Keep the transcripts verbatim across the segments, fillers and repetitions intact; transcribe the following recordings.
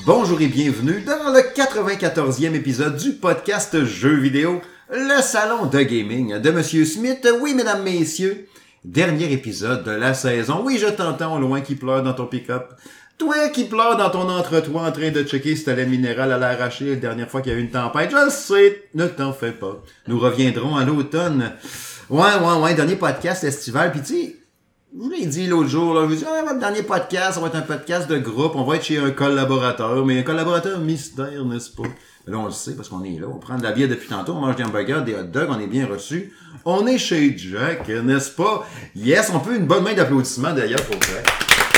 Bonjour et bienvenue dans le quatre-vingt-quatorzième épisode du podcast Jeux vidéo, le salon de gaming de Monsieur Smith. Oui, mesdames, messieurs, dernier épisode de la saison. Oui, je t'entends au loin qui pleure dans ton pick-up. Toi qui pleures dans ton entretoit en train de checker si t'as lait minéral à l'arracher la dernière fois qu'il y a eu une tempête. Je le sais, ne t'en fais pas. Nous reviendrons à l'automne. Ouais, ouais, ouais, dernier podcast estival. Puis tu sais, je vous l'ai dit l'autre jour, là, je vous ai dit, ah, votre dernier podcast, ça va être un podcast de groupe, on va être chez un collaborateur, mais un collaborateur mystère, n'est-ce pas? Là, on le sait, parce qu'on est là, on prend de la bière depuis tantôt, on mange des hamburgers, des hot dogs, on est bien reçus. On est chez Jack, n'est-ce pas? Yes, on peut une bonne main d'applaudissements d'ailleurs pour Jack.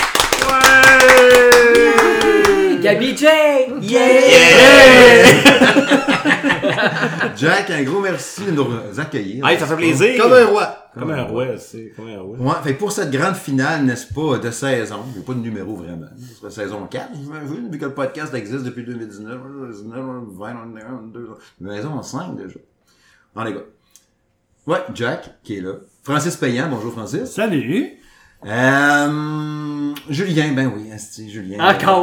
Ouais! Gabi J! Yeah! Yeah! Jack, un gros merci de nous accueillir. Hey, ça fait plaisir! Comme un roi! Comme un roi, c'est comme un roi. Ouais, fait que pour cette grande finale, n'est-ce pas, de saison, il n'y a pas de numéro vraiment, c'est la saison quatre, j'imagine, vu que le podcast existe depuis deux mille dix-neuf, dix-neuf, vingt, vingt-deux, saison cinq déjà. Non, les gars. Ouais, Jack, qui est là. Francis Payan, bonjour Francis. Salut! Euh, Julien, ben oui, c'est Julien. Encore!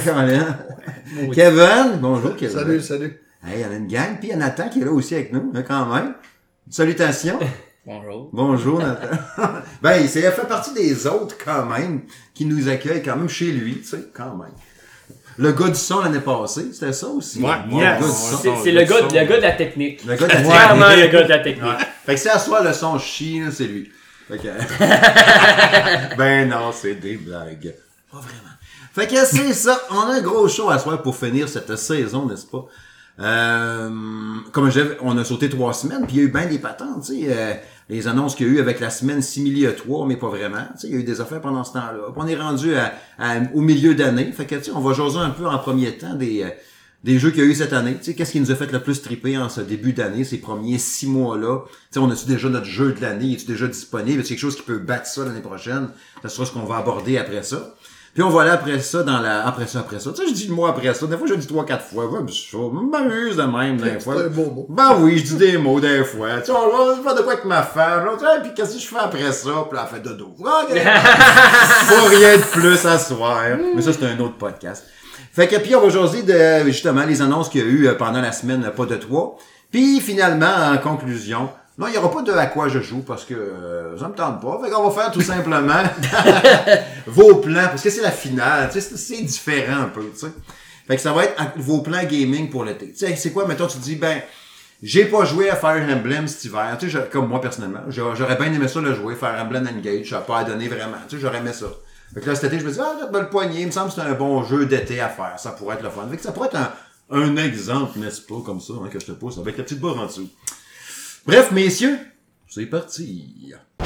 Kevin, bonjour Kevin. Salut, salut. Hey, il y en a une gang, puis il y a Nathan qui est là aussi avec nous, hein, quand même. Salutations. Bonjour. Bonjour Nathan. Ben, il fait partie des autres quand même, qui nous accueillent quand même chez lui, tu sais, quand même. Le gars du son l'année passée, c'était ça aussi. Ouais, le yes. gars du son. C'est, c'est le, gars, le gars de la technique. Le gars de la technique. Clairement le gars de la technique. Ouais. Fait que si à soir le son chie, là, c'est lui. Fait que... ben non, c'est des blagues. Pas vraiment. Fait que c'est ça. On a un gros show à soir pour finir cette saison, n'est-ce pas? Euh, comme j'avais, on a sauté trois semaines, puis il y a eu bien des patentes, tu sais, euh, les annonces qu'il y a eu avec la semaine simili trois, mais pas vraiment, tu sais, il y a eu des affaires pendant ce temps-là. Puis on est rendu à, à, au milieu d'année, fait que tu sais, on va jaser un peu en premier temps des, euh, des jeux qu'il y a eu cette année, tu sais, qu'est-ce qui nous a fait le plus triper en ce début d'année, ces premiers six mois-là, tu sais, on a-tu déjà notre jeu de l'année, est-tu déjà disponible, est-ce quelque chose qui peut battre ça l'année prochaine, ça sera ce qu'on va aborder après ça. Puis on va aller après ça dans la, après ça, après ça. Tu sais, je dis le mot après ça. Des fois, je le dis trois, quatre fois. Ouais, je m'amuse de même, des fois. C'est un beau mot. Ben oui, je dis des mots, des fois. Tu sais, on va faire de quoi avec ma femme. Là, tu sais, puis qu'est-ce que je fais après ça? Puis là, elle fait dodo. Okay. Pas rien de plus à soir. Mais ça, c'est un autre podcast. Fait que, puis on va jaser de, justement, les annonces qu'il y a eu pendant la semaine, pas de trois. Puis, finalement, en conclusion, non, il n'y aura pas de à quoi je joue parce que euh, ça me tente pas. Fait qu'on va faire tout simplement vos plans, parce que c'est la finale, tu sais, c'est, c'est différent un peu, tu sais. Fait que ça va être vos plans gaming pour l'été. Tu sais, c'est quoi, mettons, tu te dis, ben, j'ai pas joué à Fire Emblem cet hiver, tu sais, comme moi personnellement, j'aurais bien aimé ça le jouer, Fire Emblem Engage, ça n'a pas à donner vraiment, tu sais, j'aurais aimé ça. Fait que là, cet été, je me dis, ah, je vais le poignet, il me semble que c'est un bon jeu d'été à faire, ça pourrait être le fun. Fait que ça pourrait être un, un exemple, n'est-ce pas, comme ça, hein, que je te pousse, avec la petite barre en dessous. Bref, messieurs, c'est parti. Vous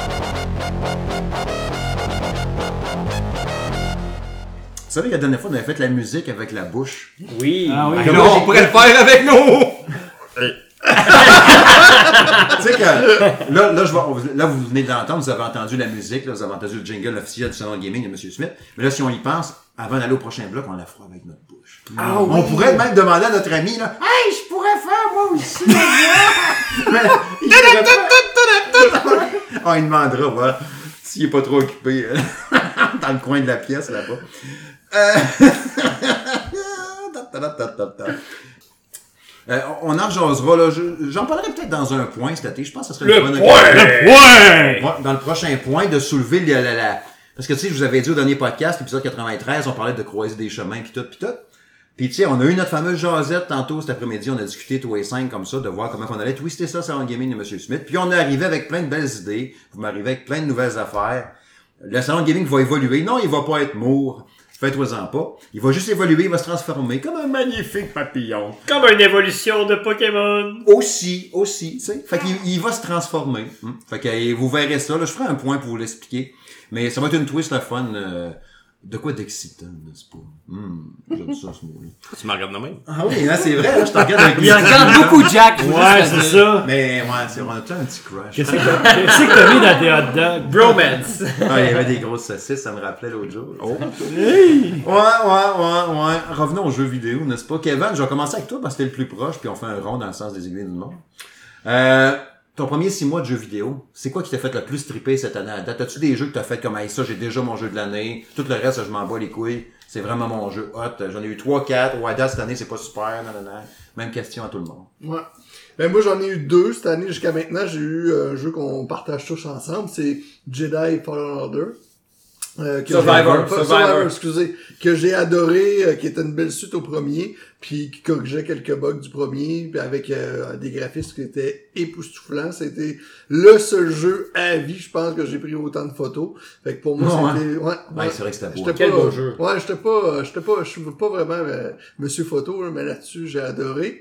savez que la dernière fois, on avait fait la musique avec la bouche. Oui. Ah oui. Ben là, on pourrait le faire avec nous! Tu sais que, là, là, je vais, là, vous venez d'entendre, vous avez entendu la musique, là, vous avez entendu le jingle officiel du salon gaming de M. Smith. Mais là, si on y pense, avant d'aller au prochain bloc, on la fera avec notre bouche. Ah, on oui. pourrait même demander à notre ami, là, hey, je pourrais faire moi aussi, mais il on lui demandera, voilà, s'il est pas trop occupé, dans le coin de la pièce, là-bas. Euh... Euh, on en rejasera, là. Je, j'en parlerai peut-être dans un point cet été. Je pense que ça serait Le une bonne point! occasion. Le point! Ouais, dans le prochain point, de soulever la, la, la... Parce que, tu sais, je vous avais dit au dernier podcast, l'épisode quatre-vingt-treize, on parlait de croiser des chemins pis tout, pis tout. Pis, tu sais, on a eu notre fameuse jasette tantôt cet après-midi. On a discuté tous les cinq comme ça, de voir comment on allait twister ça sur le gaming de M. Smith. Puis on est arrivé avec plein de belles idées. Vous m'arrivez avec plein de nouvelles affaires. Le salon de gaming va évoluer. Non, il va pas être mourt. Faites-toi-en pas. Il va juste évoluer, il va se transformer comme un magnifique papillon. Comme une évolution de Pokémon. Aussi, aussi, tu sais. Fait qu'il il va se transformer. Hein? Fait que vous verrez ça. Là, je ferai un point pour vous l'expliquer. Mais ça va être une twist, la fun. Euh, de quoi d'excitant, n'est-ce pas? Hum, j'aime ça, ce mot-là. Tu me regardes de même? Ah oui, hein, c'est vrai, là, je te regarde avec Il regarde beaucoup Jack. Ouais, c'est ça. Mais, ouais, c'est, on a tout un petit crush. Qu'est-ce que t'as, qu'est-ce que t'as mis dans tes hot dogs? Bromance. Ah, il y avait des grosses saucisses, ça me rappelait l'autre jour. Oh. Hey! Ouais, ouais, ouais, ouais. Revenons aux jeux vidéo, n'est-ce pas? Kevin, je vais commencer avec toi parce que t'es le plus proche, puis on fait un rond dans le sens des aiguilles du monde. Euh, ton premier six mois de jeux vidéo, c'est quoi qui t'a fait le plus triper cette année à date? As-tu des jeux que t'as fait comme, hey, ça, j'ai déjà mon jeu de l'année, tout le reste, je m'en bats les couilles, c'est vraiment mon jeu hot, j'en ai eu trois, quatre, ouais, date cette année, c'est pas super, non, non, non. Même question à tout le monde. Ouais. Ben, moi, j'en ai eu deux cette année jusqu'à maintenant. J'ai eu un jeu qu'on partage tous ensemble, c'est Jedi Fallen Order. Euh, que Survivor, j'ai- pas- Survivor. excusez, que j'ai adoré, euh, qui était une belle suite au premier, puis qui corrigeait quelques bugs du premier, puis avec euh, des graphismes qui étaient époustouflants. C'était le seul jeu à vie, je pense, que j'ai pris autant de photos. Fait que pour moi, Ouais. c'était... Ouais, Ouais, ouais. c'est vrai que c'était beau. J'étais Quel pas, beau jeu. Ouais, j'étais pas, euh, j'étais pas, je suis pas vraiment euh, Monsieur Photo, là, mais là-dessus, j'ai adoré.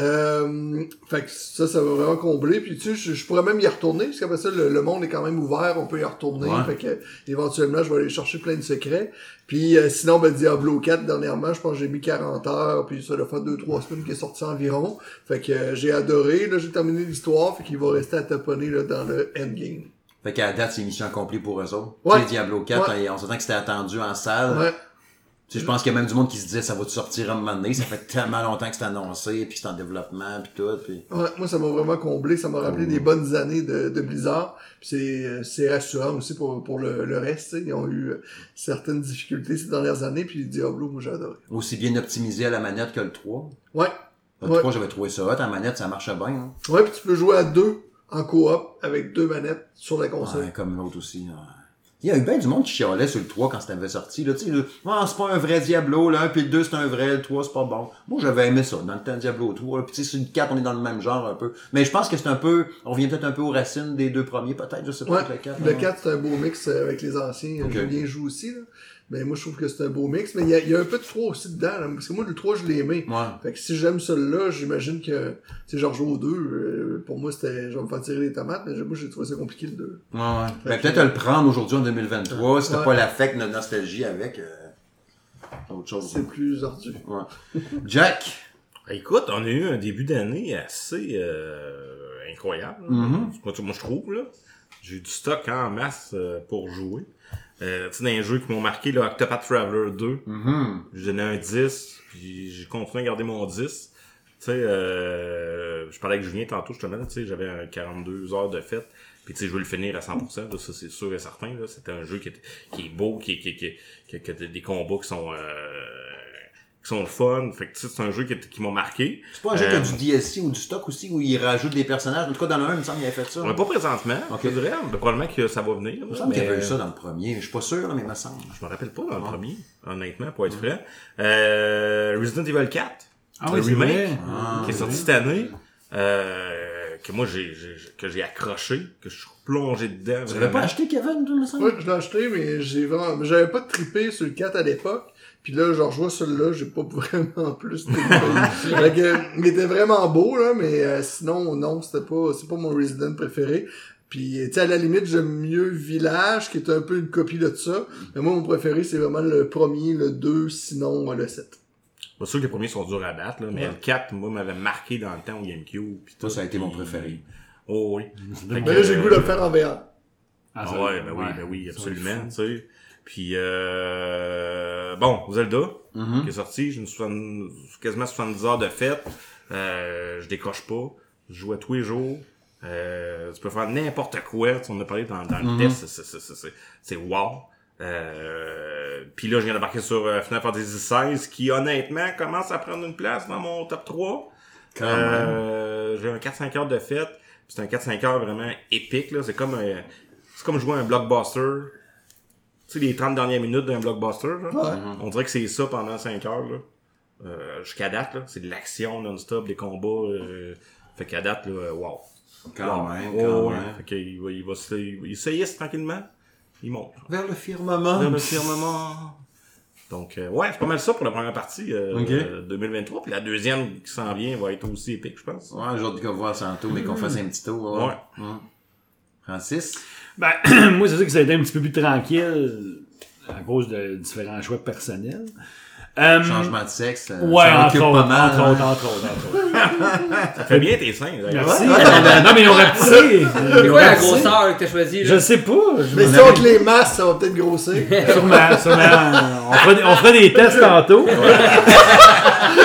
Euh, fait que ça, ça va vraiment combler. Puis tu sais, je, je pourrais même y retourner, parce qu'après ça, le, le monde est quand même ouvert, on peut y retourner. Ouais. Fait que éventuellement, je vais aller chercher plein de secrets. Puis euh, sinon, ben Diablo quatre, dernièrement, je pense que j'ai mis quarante heures, puis ça doit faire deux trois semaines qu'il est sorti environ. Fait que euh, j'ai adoré, là, j'ai terminé l'histoire, fait qu'il va rester à taponner là, dans le endgame. Fait qu'à la date, c'est mission accomplie pour eux autres. Ouais. Tu sais, Diablo quatre, Ouais. on s'entend que c'était attendu en salle. Ouais. Tu sais, je pense qu'il y a même du monde qui se disait ça va-tu sortir à un moment donné, ça fait tellement longtemps que c'est annoncé, puis c'est en développement, puis tout, puis... Ouais, moi, ça m'a vraiment comblé. Ça m'a rappelé des bonnes années de, de Blizzard. Puis c'est, c'est rassurant aussi pour, pour le, le reste. T'sais. Ils ont eu euh, certaines difficultés ces dernières années. Puis Diablo, moi, j'ai adoré. Aussi bien optimisé à la manette que le trois. Ouais. Le Ouais. trois, j'avais trouvé ça hot, à la manette, ça marchait bien. Hein. Ouais, puis tu peux jouer à deux en coop avec deux manettes sur la console. Ouais, comme l'autre aussi. Ouais. Il y a eu bien du monde qui chialait sur le trois quand c'était sorti. Là, tu sais, le, ah, c'est pas un vrai Diablo, là, puis le deux c'est un vrai, le trois c'est pas bon. Moi, j'avais aimé ça, dans le temps Diablo trois. Puis tu sais, sur le quatre, on est dans le même genre un peu. Mais je pense que c'est un peu, on revient peut-être un peu aux racines des deux premiers, peut-être, je sais pas, Ouais, avec le quatre. le hein. quatre, c'est un beau mix euh, avec les anciens. Ok. Julien joue aussi, là. Mais moi, je trouve que c'est un beau mix. Mais il y a, il y a un peu de trois aussi dedans, là, parce que moi, le trois, je l'ai aimé. Ouais. Fait que si j'aime celui-là, j'imagine que, tu sais, genre jouer au deux, euh, pour moi, c'était, je vais me faire tirer les tomates, mais moi, j'ai trouvé ça compliqué, le deux. Ouais, ouais. Fait Ben, que- peut-être à le prendre aujourd'hui en deux mille vingt-trois, si t'as Ouais. pas l'affect, notre nostalgie avec, euh, autre chose. C'est plus ardu. Ouais. Jack. Écoute, on a eu un début d'année assez euh, incroyable. là. Mhm. moi, moi, je trouve. là. J'ai eu du stock en masse euh, pour jouer. Euh, tu sais, dans les jeux qui m'ont marqué, là, Octopath Traveler deux, Mhm. j'ai donné un dix, puis j'ai continué à garder mon dix. Tu sais, euh, je parlais avec Julien tantôt, justement, tu sais, j'avais un quarante-deux heures de fête. Puis tu sais, je veux le finir à cent pour cent, là, ça c'est sûr et certain. Là. C'était un jeu qui est, qui est beau, qui, qui, qui, qui, qui a des combats qui sont... Euh, qui sont le fun. Fait que tu sais, c'est un jeu qui, qui m'a marqué. C'est pas un jeu qui Euh, a du D L C ou du stock aussi, où il rajoute des personnages. En tout cas, dans le un, il me semble qu'il avait fait ça. On n'a pas présentement, Ok. je dirais, mais probablement que ça va venir. Il me là, semble qu'il y mais, avait eu ça dans le premier. Je suis pas sûr, là, mais il me semble. Je me rappelle pas dans le Ah. premier, honnêtement, pour être franc. Euh, Resident Evil quatre, Ah le oui, c'est remake, vrai. Ah, qui est sorti cette année, euh, que moi j'ai, j'ai que j'ai accroché, que je suis plongé dedans. Tu l'avais pas acheté, Kevin, tu me semble? Ouais, je l'ai acheté, mais j'ai vraiment, mais j'avais pas trippé sur le quatre à l'époque. Puis là, genre, je vois celui-là, j'ai pas vraiment plus trippé. Fait que, il était vraiment beau, là, mais euh, sinon, non, c'était pas, c'est pas mon Resident préféré. Puis, tu sais, à la limite, j'aime mieux Village, qui est un peu une copie de ça. Mais moi, mon préféré, c'est vraiment le premier, le deux, sinon euh, le sept. Pas sûr que les premiers sont durs à battre, là, mais Ouais. le quatre, moi, m'avait marqué dans le temps au GameCube. Pis Ça, tout, ça a été pis- mon préféré. Oh oui. Fait Mais là, j'ai le euh, goût de le faire en V R. Ah, Ah ça- ouais, ben oui, ouais. ben oui, Ça va absolument, être tu fou. sais. Puis, euh, bon, Zelda, Mhm. qui est sorti, j'ai une soixante- quasiment soixante-dix heures de fête. Euh, je décroche pas. Je joue à tous les jours. Euh, tu peux faire n'importe quoi. Tu sais, on en a parlé dans, dans le Mhm. test. C'est, c'est, c'est, c'est, c'est wow. Euh, puis là, je viens d'embarquer sur euh, Final Fantasy seize, qui honnêtement commence à prendre une place dans mon top trois. Quand même. Euh, j'ai un quatre cinq heures de fête. Puis c'est un quatre cinq heures vraiment épique, là. C'est comme un, c'est comme jouer à un blockbuster. Tu sais, les trente dernières minutes d'un blockbuster, là. Ouais. On dirait que c'est ça pendant cinq heures, là. Euh, jusqu'à date, là. C'est de l'action non-stop, des combats, euh, fait qu'à date, là, wow. Quand Wow. même, Oh, quand ouais. même. Fait qu'il va, il va se, il, il saillisse tranquillement. Il monte. Vers le firmament. Vers le firmament. Donc, euh, ouais, c'est pas mal ça pour la première partie, euh, Ok. euh, deux mille vingt-trois. Puis la deuxième qui s'en vient va être aussi épique, je pense. Ouais, j'ai hâte de voir tantôt, mais qu'on fasse un petit tour. Ouais. Hum. Francis? Ben, moi, c'est sûr que ça a été un petit peu plus tranquille à cause de différents choix personnels. Euh, Changement de sexe. euh, Ouais, ça entre occupe autres, pas mal. entre hein. autres, entre autres, entre autres. Ça fait bien tes seins, d'ailleurs. Merci. Ouais, Euh, non, mais ils ont rapetissé. C'est quoi la grosseur que t'as choisie, Je là? sais pas. Je Mais m'en si on te les masses, ça va peut-être grossir. Sûrement, sûrement. On fera, des- on fera des tests tantôt. On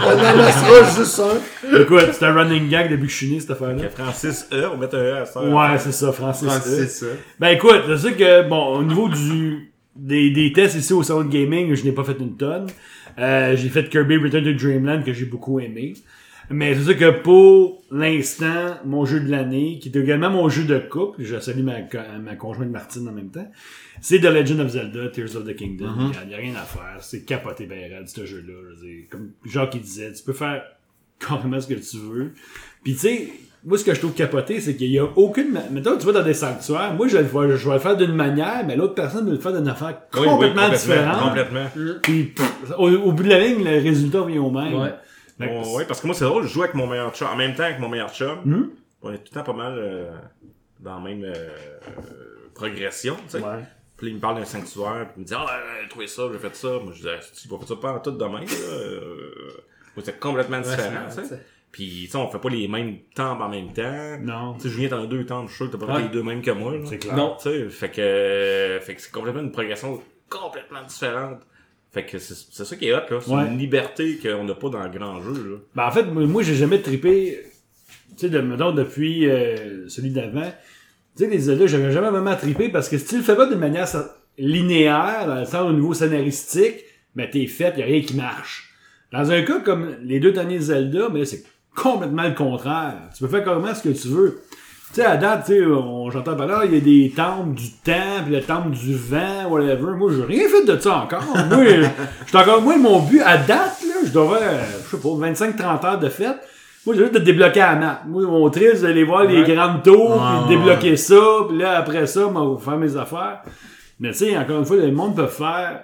On en laissera juste un. Écoute, c'est un running gag depuis que je suis né, cette affaire-là. Que Francis E, on met un E à ça. Ouais, c'est ça, Francis. Francis, E. c'est ça. Ben écoute, c'est sûr que, bon, au niveau du des, des tests ici au Salon de Gaming, je n'ai pas fait une tonne. Euh, j'ai fait Kirby Return to Dreamland, que j'ai beaucoup aimé. Mais c'est sûr que pour l'instant, mon jeu de l'année, qui est également mon jeu de couple, je salue ma, ma conjointe Martine en même temps, c'est The Legend of Zelda, Tears of the Kingdom. Il mm-hmm. n'y a, a rien à faire. C'est capoté ben raide, ce jeu-là. Je veux dire, comme Jacques il disait, tu peux faire carrément ce que tu veux. Puis tu sais, moi ce que je trouve capoté, c'est qu'il y a aucune... Mettons, tu vas dans des sanctuaires, moi je vais le, faire, je vais le faire d'une manière, mais l'autre personne va le faire d'une affaire oui, complètement, oui, complètement différente. Complètement. Puis pff, au, au bout de la ligne, le résultat vient au même. Ouais. Bon, oui, parce que moi, c'est drôle, je joue avec mon meilleur chum, en même temps que mon meilleur chum. Mm-hmm. On est tout le temps pas mal euh, dans la même euh, euh, progression, tu sais. Ouais. Puis là, il me parle d'un sanctuaire, puis il me dit « Ah, j'ai trouvé ça, j'ai fait ça. » Moi, je dis « Tu vas faire ça pas en tout demain, là. Euh, moi, c'est complètement différent, tu sais. » Puis, tu sais, on fait pas les mêmes temples en même temps. Non. Tu sais, Julien, t'en as deux temples, je suis sûr que t'as pas ouais. fait les deux mêmes que moi, là. C'est clair. Non. Tu sais, fait que, fait que c'est complètement une progression complètement différente. Fait que c'est, c'est ça qui est hot, là. C'est ouais. une liberté qu'on n'a pas dans le grand jeu, là. Ben, en fait, moi, j'ai jamais trippé, tu sais, de, mettons, depuis euh, celui d'avant. Tu sais, les Zelda, j'avais jamais vraiment trippé parce que si tu le fais pas d'une manière linéaire, dans le sens au niveau scénaristique, ben, t'es fait, y a rien qui marche. Dans un cas comme les deux derniers Zelda, mais là, c'est complètement le contraire. Tu peux faire carrément ce que tu veux. Tu sais, à date, tu sais, on, j'entends pas là, il y a des temples du temps, pis le temple du vent, whatever. Moi, j'ai rien fait de ça encore. Moi, j'étais encore, moi, mon but, à date, là, je dois avoir, je sais pas, vingt-cinq trente heures de fête. Moi, j'ai juste de débloquer la map. Moi, mon trip, c'est d'aller voir ouais. les grandes tours, ouais, pis de débloquer ouais. ça, pis là, après ça, moi, faire mes affaires. Mais tu sais, encore une fois, le monde peut faire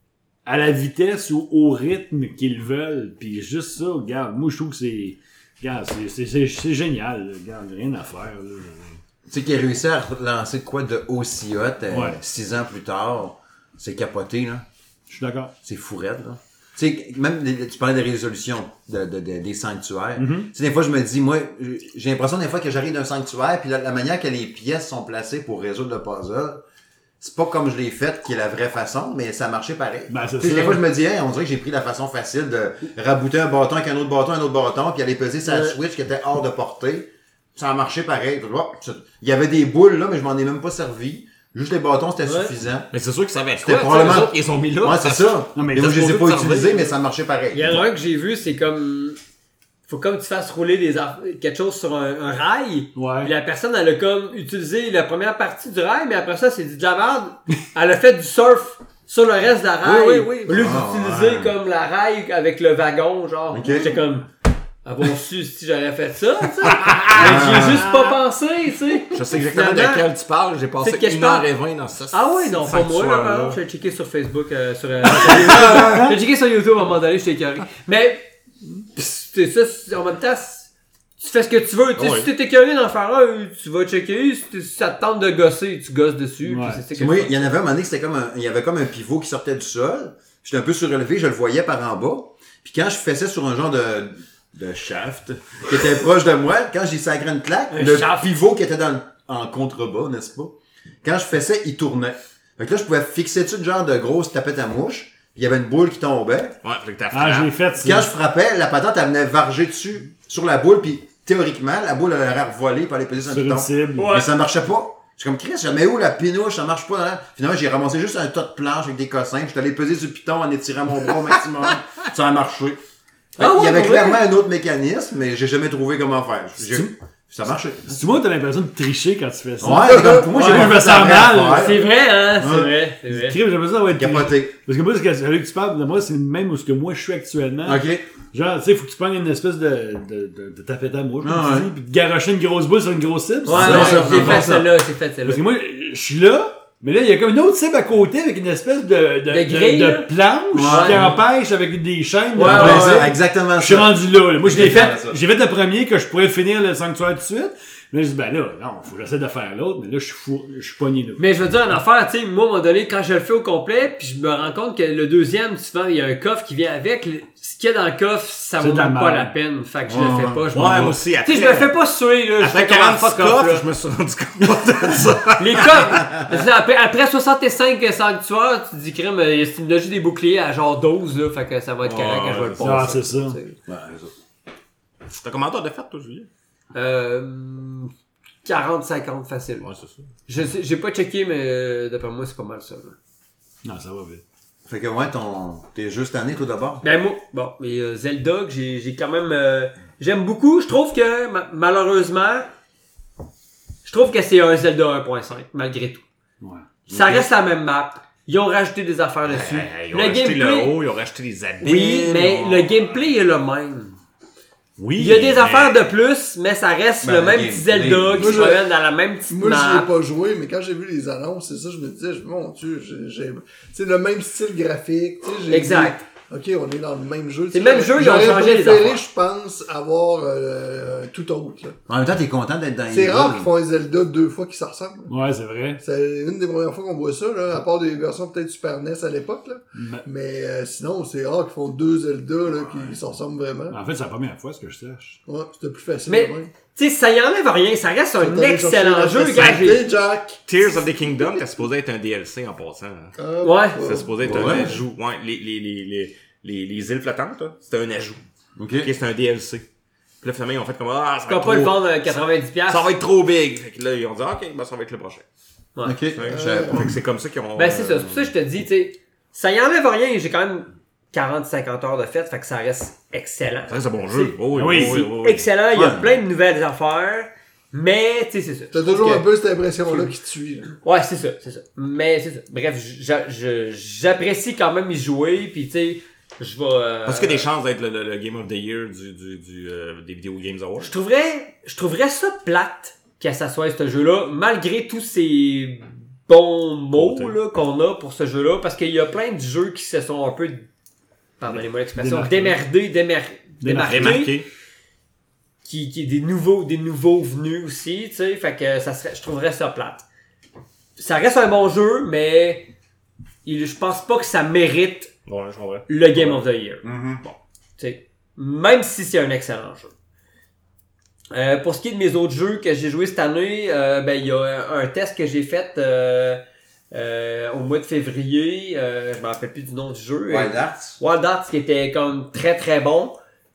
à la vitesse ou au rythme qu'ils veulent. Puis juste ça, regarde, moi, je trouve que c'est... Regarde, c'est, c'est, c'est, c'est génial, là. Regarde, rien à faire, là. Tu sais, qu'il a réussi à lancer quoi de aussi hot, euh, ouais. six ans plus tard, c'est capoté, là. Je suis d'accord. C'est fourette, là. Tu sais, même, tu parlais des résolutions de, de, de, des sanctuaires. Mm-hmm. Tu sais, des fois, je me dis, moi, j'ai l'impression des fois que j'arrive d'un sanctuaire, puis la, la manière que les pièces sont placées pour résoudre le puzzle, c'est pas comme je l'ai fait qui est la vraie façon, mais ça marchait pareil. Ben, c'est tu sais, ça. des fois, je me dis, hey, on dirait que j'ai pris la façon facile de rabouter un bâton avec un autre bâton, un autre bâton, puis aller peser sa ouais. Switch qui était hors de portée. Ça a marché pareil. Il y avait des boules, là, mais je m'en ai même pas servi. Juste les bâtons, c'était ouais. suffisant. Mais c'est sûr qu'ils savaient c'était probablement... les autres, ils sont mis là. Ouais, c'est ça. Non, mais et moi, je les ai pas utilisés, mais ça marchait pareil. Il y en a un que j'ai vu, c'est comme... Faut comme tu fasses rouler des aff... quelque chose sur un, un rail. Ouais. Puis la personne, elle a comme utilisé la première partie du rail, mais après ça, c'est du de la merde. Elle a fait du surf sur le reste de la rail. Oui, oui, oui. Au lieu ah, d'utiliser ouais. comme la rail avec le wagon, genre. Okay. J'étais comme... Ah bon, su, si j'aurais fait ça, tu sais. Mais j'y ai juste pas pensé, tu sais. Je sais exactement de quel tu parles. J'ai passé une heure et vingt dans ça. Ah oui, non, pas moi, là. là. J'ai checké sur Facebook, euh, sur... Euh, j'ai checké sur YouTube à un moment donné, j'étais écœuré. Mais, c'est ça, en même temps, tu fais ce que tu veux. Oh, si t'es écœuré d'en faire un, tu vas checker. Si ça te tente de gosser, tu gosses dessus. Ouais. C'est ça que oui, il y en avait un moment donné, c'était comme un, il y avait comme un pivot qui sortait du sol. J'étais un peu surélevé, je le voyais par en bas. Puis quand je faisais sur un genre de... de shaft, qui était proche de moi, quand j'ai sacré une claque, un le shaft. pivot qui était dans le, en contrebas, n'est-ce pas? Quand je faisais, il tournait. Fait que là, je pouvais fixer dessus une genre de grosse tapette à mouche, puis il y avait une boule qui tombait. Ouais, fait que t'as Ah, je l'ai fait, ça. Quand je frappais, la patente, elle venait varger dessus, sur la boule, puis théoriquement, la boule, elle aurait revolé pour aller peser sur un Sur une piton. cible. Ouais. Mais ça marchait pas. Je suis comme, Chris, jamais où la pinouche, ça marche pas. Dans la... Finalement, j'ai ramassé juste un tas de planches avec des cossins, puis j'étais allé peser sur le piton en étirant mon bras au maximum. Ça a marché. Ah il y ouais, avait ouais. clairement un autre mécanisme, mais j'ai jamais trouvé comment faire. J'ai... Ça marchait. Tu vois, t'as l'impression de tricher quand tu fais ça. Ouais, comme pour moi, j'ai Ouais, pas je me fait sens la vraie mal. affaire. C'est vrai, hein? C'est Ouais. vrai, c'est vrai. Crime, j'ai l'impression d'avoir été Capoté. Parce que moi, ce que, celui que tu parles, de moi, c'est même où ce que moi je suis actuellement. Ok. Genre, tu sais, faut que tu prennes une espèce de, de, de, de tapette à mouche, comme Ah, tu ouais. dis, pis de garocher une grosse boule sur une grosse cible. Ouais, c'est ouais, ça, j'ai c'est fait ça. celle-là, j'ai fait celle-là. Parce que moi, je suis là, mais là, il y a comme une autre cible à côté avec une espèce de, de, De grille, de, là. de planche Ouais. qui empêche avec des chaînes. de Ouais, passer. ouais, ouais. Exactement Je suis ça. rendu là, là. Moi, je l'ai Exactement fait, ça. j'ai fait le premier que je pourrais finir le sanctuaire tout de suite. Là, je dis, ben là, non, faut que j'essaie de faire l'autre, mais là, je suis fou, je suis pogné là. Mais je veux dire, une affaire, tu sais, moi, à un moment donné, quand je le fais au complet, puis je me rends compte que le deuxième, souvent, il y a un coffre qui vient avec. Le- ce qu'il y a dans le coffre, ça C'est vaut de la même pas merde. la peine. Fait que je Ouais, le fais ouais. pas. Je Ouais, m'en moi vais. aussi. Tu sais, je me fais pas suer, là. Je Après fais comme un quarante fuck off, coffres, là. je me suis rendu compte de ça. Les coffres, je veux dire, après, après soixante-cinq sanctuaires, tu te dis, crème, il me l'a juste des boucliers à genre douze, là. Fait que ça va être Ouais, correct quand je vais le c'est passer. Ah, c'est ça. tu sais. Ouais, c'est ça. T'as combien d'heures de fête, toi, Julien? Euh, quarante cinquante facile. Ouais, c'est ça. Je sais, j'ai pas checké, mais euh, d'après moi, c'est pas mal ça, là. Non, ça va vite. Fait que ouais, ton, tes jeux cette année, tout d'abord. Ben moi, bon, mais euh, Zelda, que j'ai, j'ai quand même, euh, j'aime beaucoup. Je trouve que ma- malheureusement, je trouve que c'est un Zelda un point cinq malgré tout. Ouais. Ça reste la même map. Ils ont rajouté des affaires dessus. Euh, ils ont le rajouté gameplay, le haut, ils ont rajouté les habits. oui, mais le gameplay est le même. Oui. Il y a des mais- affaires de plus, mais ça reste Ben, le le même gameplay. petit Zelda Moi, qui se je- promène dans la même petite Moi, je map. l'ai pas joué, mais quand j'ai vu les annonces, c'est ça, je me disais, je- mon Dieu, j'ai, j'ai, tu sais, le même style graphique, tu sais, j'ai Exact. dit, ok, on est dans le même jeu. C'est tu le sais, même jeu, ils ont j'aurais changé les préféré, affaires. je pense, avoir euh, tout autre, là. En même temps, t'es content d'être dans les C'est jeux. rare qu'ils font un Zelda deux fois qui se ressemblent. Ouais, c'est vrai. C'est une des premières fois qu'on voit ça, là, à part des versions peut-être Super N E S à l'époque, là. Mais- Mais euh, sinon, c'est rare qu'ils font deux Zelda, là, qui se ressemblent vraiment. En fait, c'est la première fois, ce que je sache. Ouais, c'était plus facile. Mais, quand même. tu sais, ça y enlève rien. Ça reste un T'as allé excellent chercher jeu, la gars. j'ai- facilité, Jack! Tears of the Kingdom, t'es supposé être un D L C en passant. hein. Ah, Ouais. C'est supposé être Ouais. un ajout. Ouais, les, les, les, les, les, les îles flottantes, là, c'était un ajout. Ok. Ok, c'était un D L C. Puis là, finalement, ils ont fait comme, ah, ça Tu va vas être pas le trop... vendre à quatre-vingt-dix piastres. Ça va être trop big. Fait que là, ils ont dit, ah, ok, ben, ça va être le prochain. Ouais. Ok. Fait Je savais pas. que c'est comme ça qu'ils ont... Ben, c'est ça. C'est pour ça que je te dis, tu sais, ça y enlève rien. J'ai quand même quarante cinquante heures de fête, fait que ça reste excellent. Ça reste un bon jeu. Oh, oui, Oui, oui, C'est oui, oui, oui. excellent. Il y a Ouais. plein de nouvelles affaires. Mais, tu sais, c'est ça. T'as Je trouve toujours que- un peu cette impression-là qui te suit, là. Ouais, c'est ça, c'est ça. Mais c'est ça. Bref, j'a- je- j'apprécie quand même y jouer, puis tu sais, je vais... euh, Parce qu'il y a des chances d'être le, le, le Game of the Year du, du, du, euh, des Video Games Awards. Je trouverais, je trouverais ça plate que ça soit ce jeu-là, malgré tous ces bons mots Côté. là, qu'on a pour ce jeu-là, parce qu'il y a plein de jeux qui se sont un peu, pardonnez-moi l'expression, Démarqués. démerdés, démer, démarqués, Remarqué. qui, qui des nouveaux, des nouveaux venus aussi, tu sais, fait que ça serait, je trouverais ça plate. Ça reste un bon jeu, mais il, je pense pas que ça mérite Ouais, je comprends. le Game of the Year. Mhm. Tu sais, même si c'est un excellent jeu. Euh, pour ce qui est de mes autres jeux que j'ai joué cette année, euh, ben il y a un, un test que j'ai fait euh, euh, au mois de février. Euh, je me rappelle plus du nom du jeu. Wild Arts. Wild Arts qui était comme très très bon.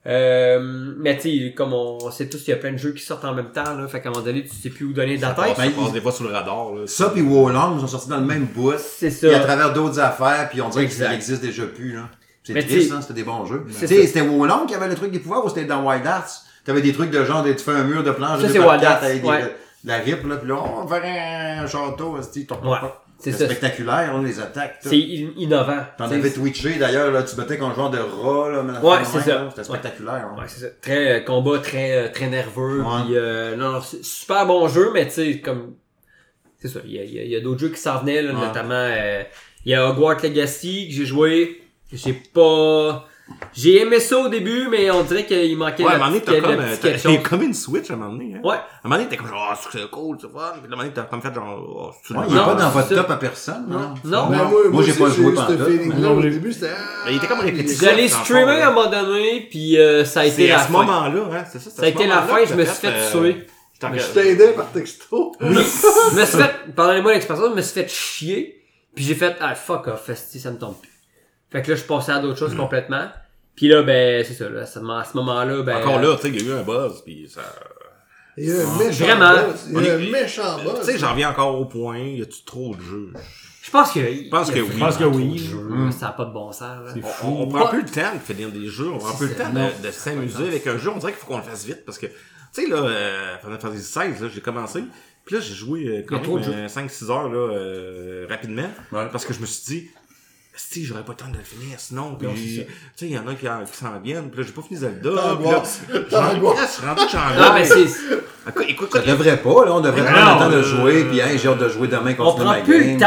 Euh, mais tu sais, comme on sait tous, il y a plein de jeux qui sortent en même temps, là. Fait qu'à un moment donné, tu sais plus où donner de la tête. Ça Ben, passe il- des fois sous le radar. Là. Ça pis Wolong sont sortis dans le même bout. C'est Puis à ça. travers d'autres affaires, puis on dirait Exact. qu'il existe déjà plus, là. C'est Mais triste, t'sais- hein, c'était des bons jeux. C'est Tu sais, ça. c'était Wolong qui avait le truc des pouvoirs ou c'était dans Wild Arts? T'avais des trucs de genre, tu fais un mur de planche Ça, de c'est par Wild quatre Arts, avec des- ouais. de la rip, là, pis là, on va faire un château, c'est Ouais, c'est c'est ça. spectaculaire, on les attaques. tout. C'est in- innovant. T'en T'sais, avais twitché d'ailleurs, là, tu battais contre genre de rat, là, mais la Ouais, fin de c'est même, ça. là, C'était spectaculaire. hein. Ouais, c'est ça. Très euh, combat très euh, très nerveux. Ouais. Puis euh, non, non, c'est super bon jeu, mais tu sais comme c'est ça. Il y a, il y a, il y a d'autres jeux qui s'en venaient, là, Ouais. notamment euh, il y a Hogwarts Legacy que j'ai joué. J'ai pas. J'ai aimé ça au début, mais on dirait qu'il manquait Ouais, à un le moment donné, petit- t'as comme, le euh, petit t'as- quelque t'as chose. comme une Switch à un moment donné. Hein. Ouais. À un moment donné, t'es comme genre, ah, c'est cool, c'est fun. Puis à un moment donné, t'as comme fait genre, oh, c'est Ouais, une il est Non, pas dans c'est votre ça. top à personne, non? Non. Ben, moi, moi, moi j'ai aussi, pas joué eu pendant ce tout. feeling-là. Non, Au j'ai- début, c'était... Mais il était comme répétitif. J'allais dans le fond, streamer ouais. à un moment donné, puis euh, ça a été C'est la à ce fin. moment-là, hein, c'est ça. c'est Ça a à ce été la moment-là fin, que je me t'as suis fait euh, tuer. je t'en Mais je regarde- t'aidais par texto. Je me suis fait, pardonnez-moi l'expression, je me suis fait chier. Puis j'ai fait, ah, fuck off, esti, ça me tombe plus. Fait que là, je passais à d'autres choses Mm. complètement. Puis là, ben, c'est ça, là, à ce moment- à ce moment-là, ben. Encore là, tu sais, il y a eu un buzz, puis ça... Il y a un méchant Vraiment. boss. Il y a un méchant boss. Tu sais, j'en reviens encore au point, y a-tu trop de jeux? Je pense que. Je pense que oui. Je pense que oui. Jeux, Ça n'a pas de bon sens, là. C'est On, fou. on prend plus le temps de finir des jeux, on prend C'est plus le ça. temps Non. de, de s'amuser avec un jeu. On dirait qu'il faut qu'on le fasse vite parce que, tu sais, là, euh, Final Fantasy seize, là, j'ai commencé. Puis là, j'ai joué euh, quand Il y a trop de même cinq six heures là, euh, rapidement. Ouais. Parce que je me suis dit, si j'aurais pas le temps de le finir sinon. Puis, Non, tu c'est ça. sais, il y en a qui, en- qui s'en viennent. Puis là, j'ai pas fini Zelda. T'angoisses. Puis là, j'en- T'angoisses. là, je suis rendu que j'en Non, mais ai. c'est. Écoute, écoute, Ça devrait pas, là, on devrait Mais prendre non, le temps de euh, jouer, puis hein, j'ai hâte de jouer demain, On continuer prend ma plus game. le temps.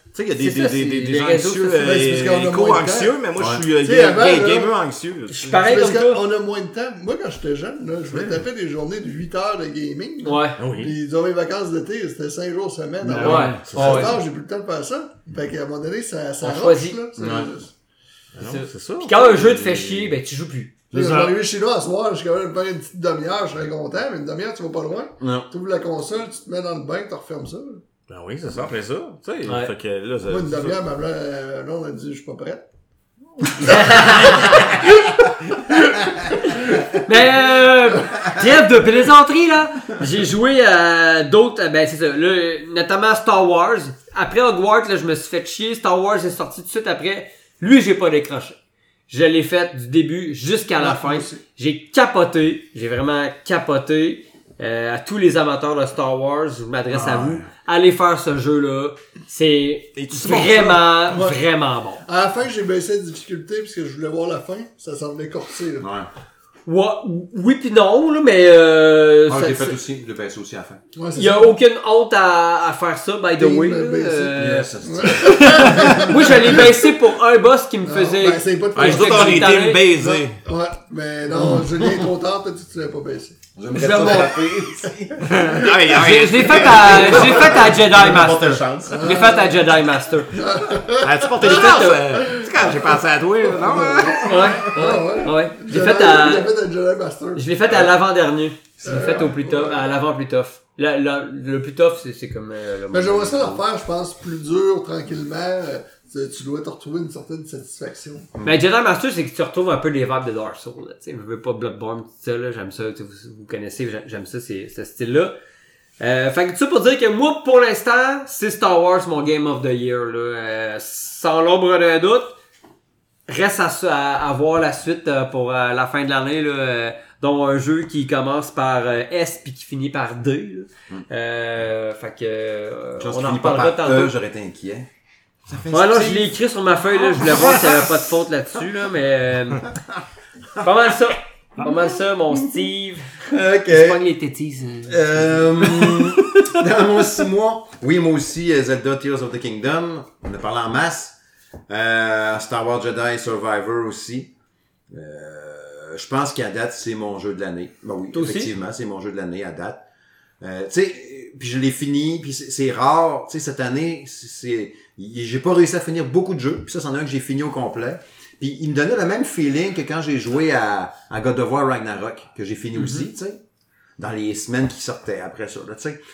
Tu sais, il y a des, C'est des, ça, des, des, c'est- des les gens réseaux anxieux, sociaux. Ben, c'est parce qu'on a euh, moins de éco-anxieux, temps. mais moi, Ouais. je suis euh, Tu sais, ga- avant, ga- là, gamer anxieux. Je suis pareil Parce comme toi. qu'on a moins de temps. Moi, quand j'étais jeune, là, je me tapais des journées de huit heures de gaming. là. Ouais. Ah oui. Puis durant mes vacances d'été, c'était cinq jours semaine. Ben Alors, Ouais. cette Ouais. heure, j'ai plus le temps de faire ça. Fait qu'à un moment donné, ça, ça On roche, choisit. là. C'est- Ouais. Ah non, c'est ça. Puis quand un jeu te fait chier, ben tu joues plus. Là, C'est quand ça. j'arrivais chez nous à soir, je suis capable de faire une petite demi-heure, je serais content, mais une demi-heure, tu vas pas loin. Non. Tu ouvres la console, tu te mets dans le bain, tu refermes ça. là. Ben oui, c'est ça, après ça. Tu sais, Ouais. fait que là, ça- Moi, une c'est ça. demi-heure, ma blonde, euh, là, on a dit, je suis pas prête. Mais euh, trêve de plaisanterie là. J'ai joué à d'autres, ben c'est ça, là, notamment Star Wars. Après Hogwarts, là, je me suis fait chier. Star Wars est sorti tout de suite après. Lui, j'ai pas décroché. Je l'ai fait du début jusqu'à la Ouais, fin. moi aussi. J'ai capoté. J'ai vraiment capoté. Euh, à tous les amateurs de Star Wars, je m'adresse à vous. Allez faire ce jeu-là. C'est Et tu sais, vraiment, Ouais. vraiment bon. À la fin, j'ai baissé la difficulté parce que je voulais voir la fin. Ça semblait corsé, là. Ouais. Ouais, oui pis non, là, mais euh, Ah, ça- je l'ai fait ça- aussi. Je l'ai passé aussi à la fin. Ouais, c'est il y a ça. aucune honte à, à faire ça, by the Team way. baissé. Euh, Yes, ça, c'est- moi, je l'ai baissé pour un boss qui me Non, faisait... ben, c'est pas de Ouais, je dois Fait que avoir j'ai été taré. baisé. Ouais, mais non, Julien est trop tard, peut-être que tu l'avais pas baissé. J'aimerais Je ça vais frapper. Aïe, Je aïe. je l'ai fait à, je l'ai fait à Jedi Porte Master. chance. Je l'ai fait à Jedi Master. As-tu porté J'ai le fait, chance? euh, euh, Tu sais, quand j'ai pensé à toi, non? hein? Ouais, Ah ouais? ouais. Je l'ai Jedi- fait à, Il a fait un Jedi Master. je l'ai fait à l'avant-dernier. Je l'ai fait au plus tough, à l'avant plus tough. Le, le, le plus tough, c'est, c'est comme, euh, le Mais j'aimerais ça le refaire, je pense, plus dur, tranquillement. euh, Tu, tu dois te retrouver une certaine satisfaction. Mais Jedi Master, c'est que tu retrouves un peu les vibes de Dark Souls, là. Tu sais, je veux pas Bloodborne, tout ça, là. J'aime ça, tu sais, vous, vous connaissez, j'aime- j'aime ça, c'est, ce style-là. Euh, fait que tout ça pour dire que moi, pour l'instant, c'est Star Wars mon Game of the Year, là. Euh, sans l'ombre d'un doute. Reste à, à, à voir la suite euh, pour euh, la fin de l'année, là. Euh, dont un jeu qui commence par euh, S puis qui finit par D, là. Euh, fait que, euh, Chose on qui en finit pas reparlera par tantôt. E, j'aurais été inquiet. Ça fait Ouais, là, Steve. je l'ai écrit sur ma feuille, là. Je voulais voir s'il n'y avait pas de faute là-dessus, là, mais, euh, pas mal ça. Pas mal ça, mon Steve. Ok. Tu pognes les tétis. euh. Euh, dans mon six mois, oui, moi aussi, euh, Zelda Tears of the Kingdom. On a parlé en masse. Euh, Star Wars Jedi Survivor aussi. Euh, je pense qu'à date, c'est mon jeu de l'année. Ben oui, Toi aussi? effectivement, c'est mon jeu de l'année à date. Euh, tu sais, puis je l'ai fini, puis c'est, c'est rare. Tu sais, cette année, c'est, c'est, j'ai pas réussi à finir beaucoup de jeux. Puis ça, c'en est un que j'ai fini au complet. Puis il me donnait le même feeling que quand j'ai joué à, à God of War Ragnarok, que j'ai fini aussi, tu sais. Dans les semaines qui sortaient après ça, là, tu sais.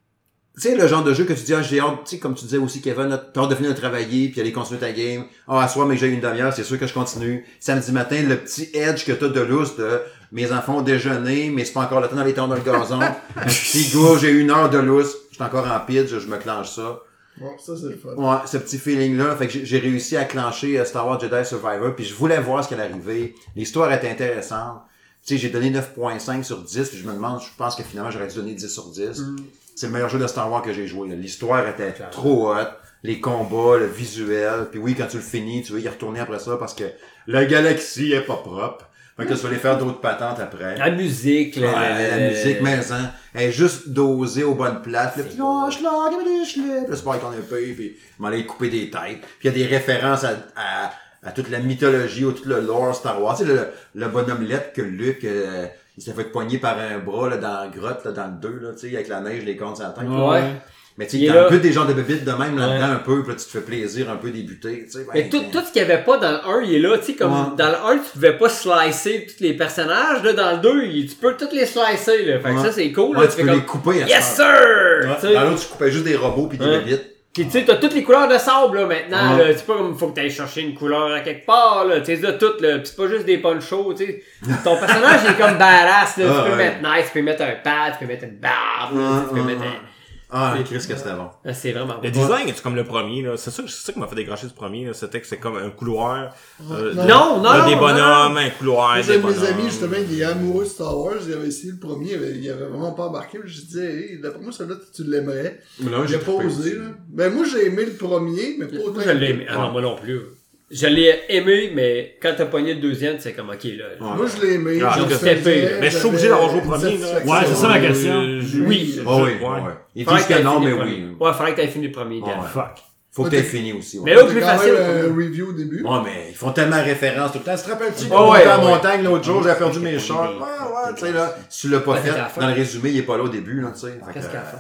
Tu sais, le genre de jeu que tu dis, ah, j'ai hâte, tu sais, comme tu disais aussi, Kevin, là, t'as hâte de finir de travailler, puis aller continuer ta game. Ah, à soir, mais que j'ai une demi-heure, c'est sûr que je continue. Samedi matin, le petit edge que t'as de lousse de mes enfants ont déjeuné, mais c'est pas encore le temps d'aller tendre dans le gazon. Un petit gars, j'ai une heure de lousse, je suis encore en pitch, je me clenche ça. Bon, ça, c'est le fun. Ouais, ce petit feeling-là. Fait que j'ai, j'ai réussi à clencher euh, Star Wars Jedi Survivor, puis je voulais voir ce qu'elle arrivait. L'histoire était intéressante. Tu sais, j'ai donné neuf virgule cinq sur dix, puis je me demande, je pense que finalement, j'aurais dû donner dix sur dix. Mm. C'est le meilleur jeu de Star Wars que j'ai joué. Là. L'histoire était trop hot. Les combats, le visuel. Puis oui, quand tu le finis, tu veux y retourner après ça parce que la galaxie est pas propre. Fait que tu vas aller faire d'autres patentes après. La musique, là. Ouais, la musique, mais hein, elle est juste dosée aux bonnes places. Là, puis oh, schlag, give me des schlips. Là, c'est pas avec ton épée, puis je m'en allais couper des têtes. Puis il y a des références à, à, à toute la mythologie, ou tout le lore Star Wars. Tu sais, le, le bonhomme lettre que Luke, euh, il s'est fait poigner par un bras là, dans la grotte, là, dans le deux, là, tu sais, avec la neige, les comptes sur la tête. Ouais. Mais tu Il sais, est t'as là. un peu des genres de bébites de même là-dedans, Ouais. un peu, puis là, tu te fais plaisir, un peu débuter, tu sais. Mais ben, tout, tout ce qu'il n'y avait pas dans le un, il est là. Tu sais, comme Ouais. dans le un, tu pouvais pas slicer tous les personnages. Là, dans le deux, il- tu peux tous les slicer. Là. Fait que Ouais. ça, c'est cool. ouais, là, tu fais peux comme, les couper à yes, ça. sir! Ouais. Tu sais. Dans l'autre, tu coupais juste des robots puis des Ouais. bébites. Puis tu sais, t'as toutes les couleurs de sable là maintenant. Ouais. Là. C'est pas comme faut que t'ailles chercher une couleur à quelque part. Là. Tu sais, là, toutes. Là. Pis c'est pas juste des ponchos. Tu sais. Ton personnage il est comme badass. Là. Ah, tu peux ouais. mettre nice, tu peux mettre un pad, tu peux mettre une barbe. là, tu peux Ouais, mettre ouais, un. Ah, Chris, que c'était bon. Ah, c'est vraiment Le bon. design est comme le premier, là. C'est ça, c'est ça qui m'a fait décrocher du premier, là. C'était que c'est comme un couloir. euh, Non. de- Non, non, là, des non, bonhommes, non. un couloir, Moi, des j'ai bonhommes. mes amis, justement, qui est amoureux de Star Wars, ils avaient essayé le premier, il avait, il avait vraiment pas embarqué. Je disais, hey, d'après moi, celui-là, tu l'aimerais. Mais là, J'ai pas trippé osé, aussi. là. Ben, moi, j'ai aimé le premier, mais pas autant. Moi, je l'ai aimé. Ah non, moi non plus. Je l'ai aimé, mais quand t'as pogné le deuxième, c'est comme, ok, là. Ouais. Moi, je l'ai aimé. Ah, je je le sais faisais, pas, mais je suis obligé d'avoir joué au premier, une là. satisfaction. Ouais, c'est ça ma question. Euh, je- Oui. je- Oh oui, ouais. ouais. Ils Faudrait disent que que t'aies non, fini mais le premier. oui. Ouais, faudrait que t'aies fini le premier. Ouais. Dan. Fuck. Faut que t'aies fini aussi. Ouais. Mais l'autre, C'est plus quand facile. même un review au début. Ouais, mais ils font tellement référence tout le temps. Tu te rappelles-tu Oh, qu'on ouais, était en ouais. montagne l'autre jour, j'avais perdu mes shorts. Ouais, ouais, tu sais, là, si tu l'as pas Ouais, fait, t'étais à la fin. dans le résumé, il est pas là au début, là, tu sais. Fait Qu'est-ce que, qu'il y a à faire?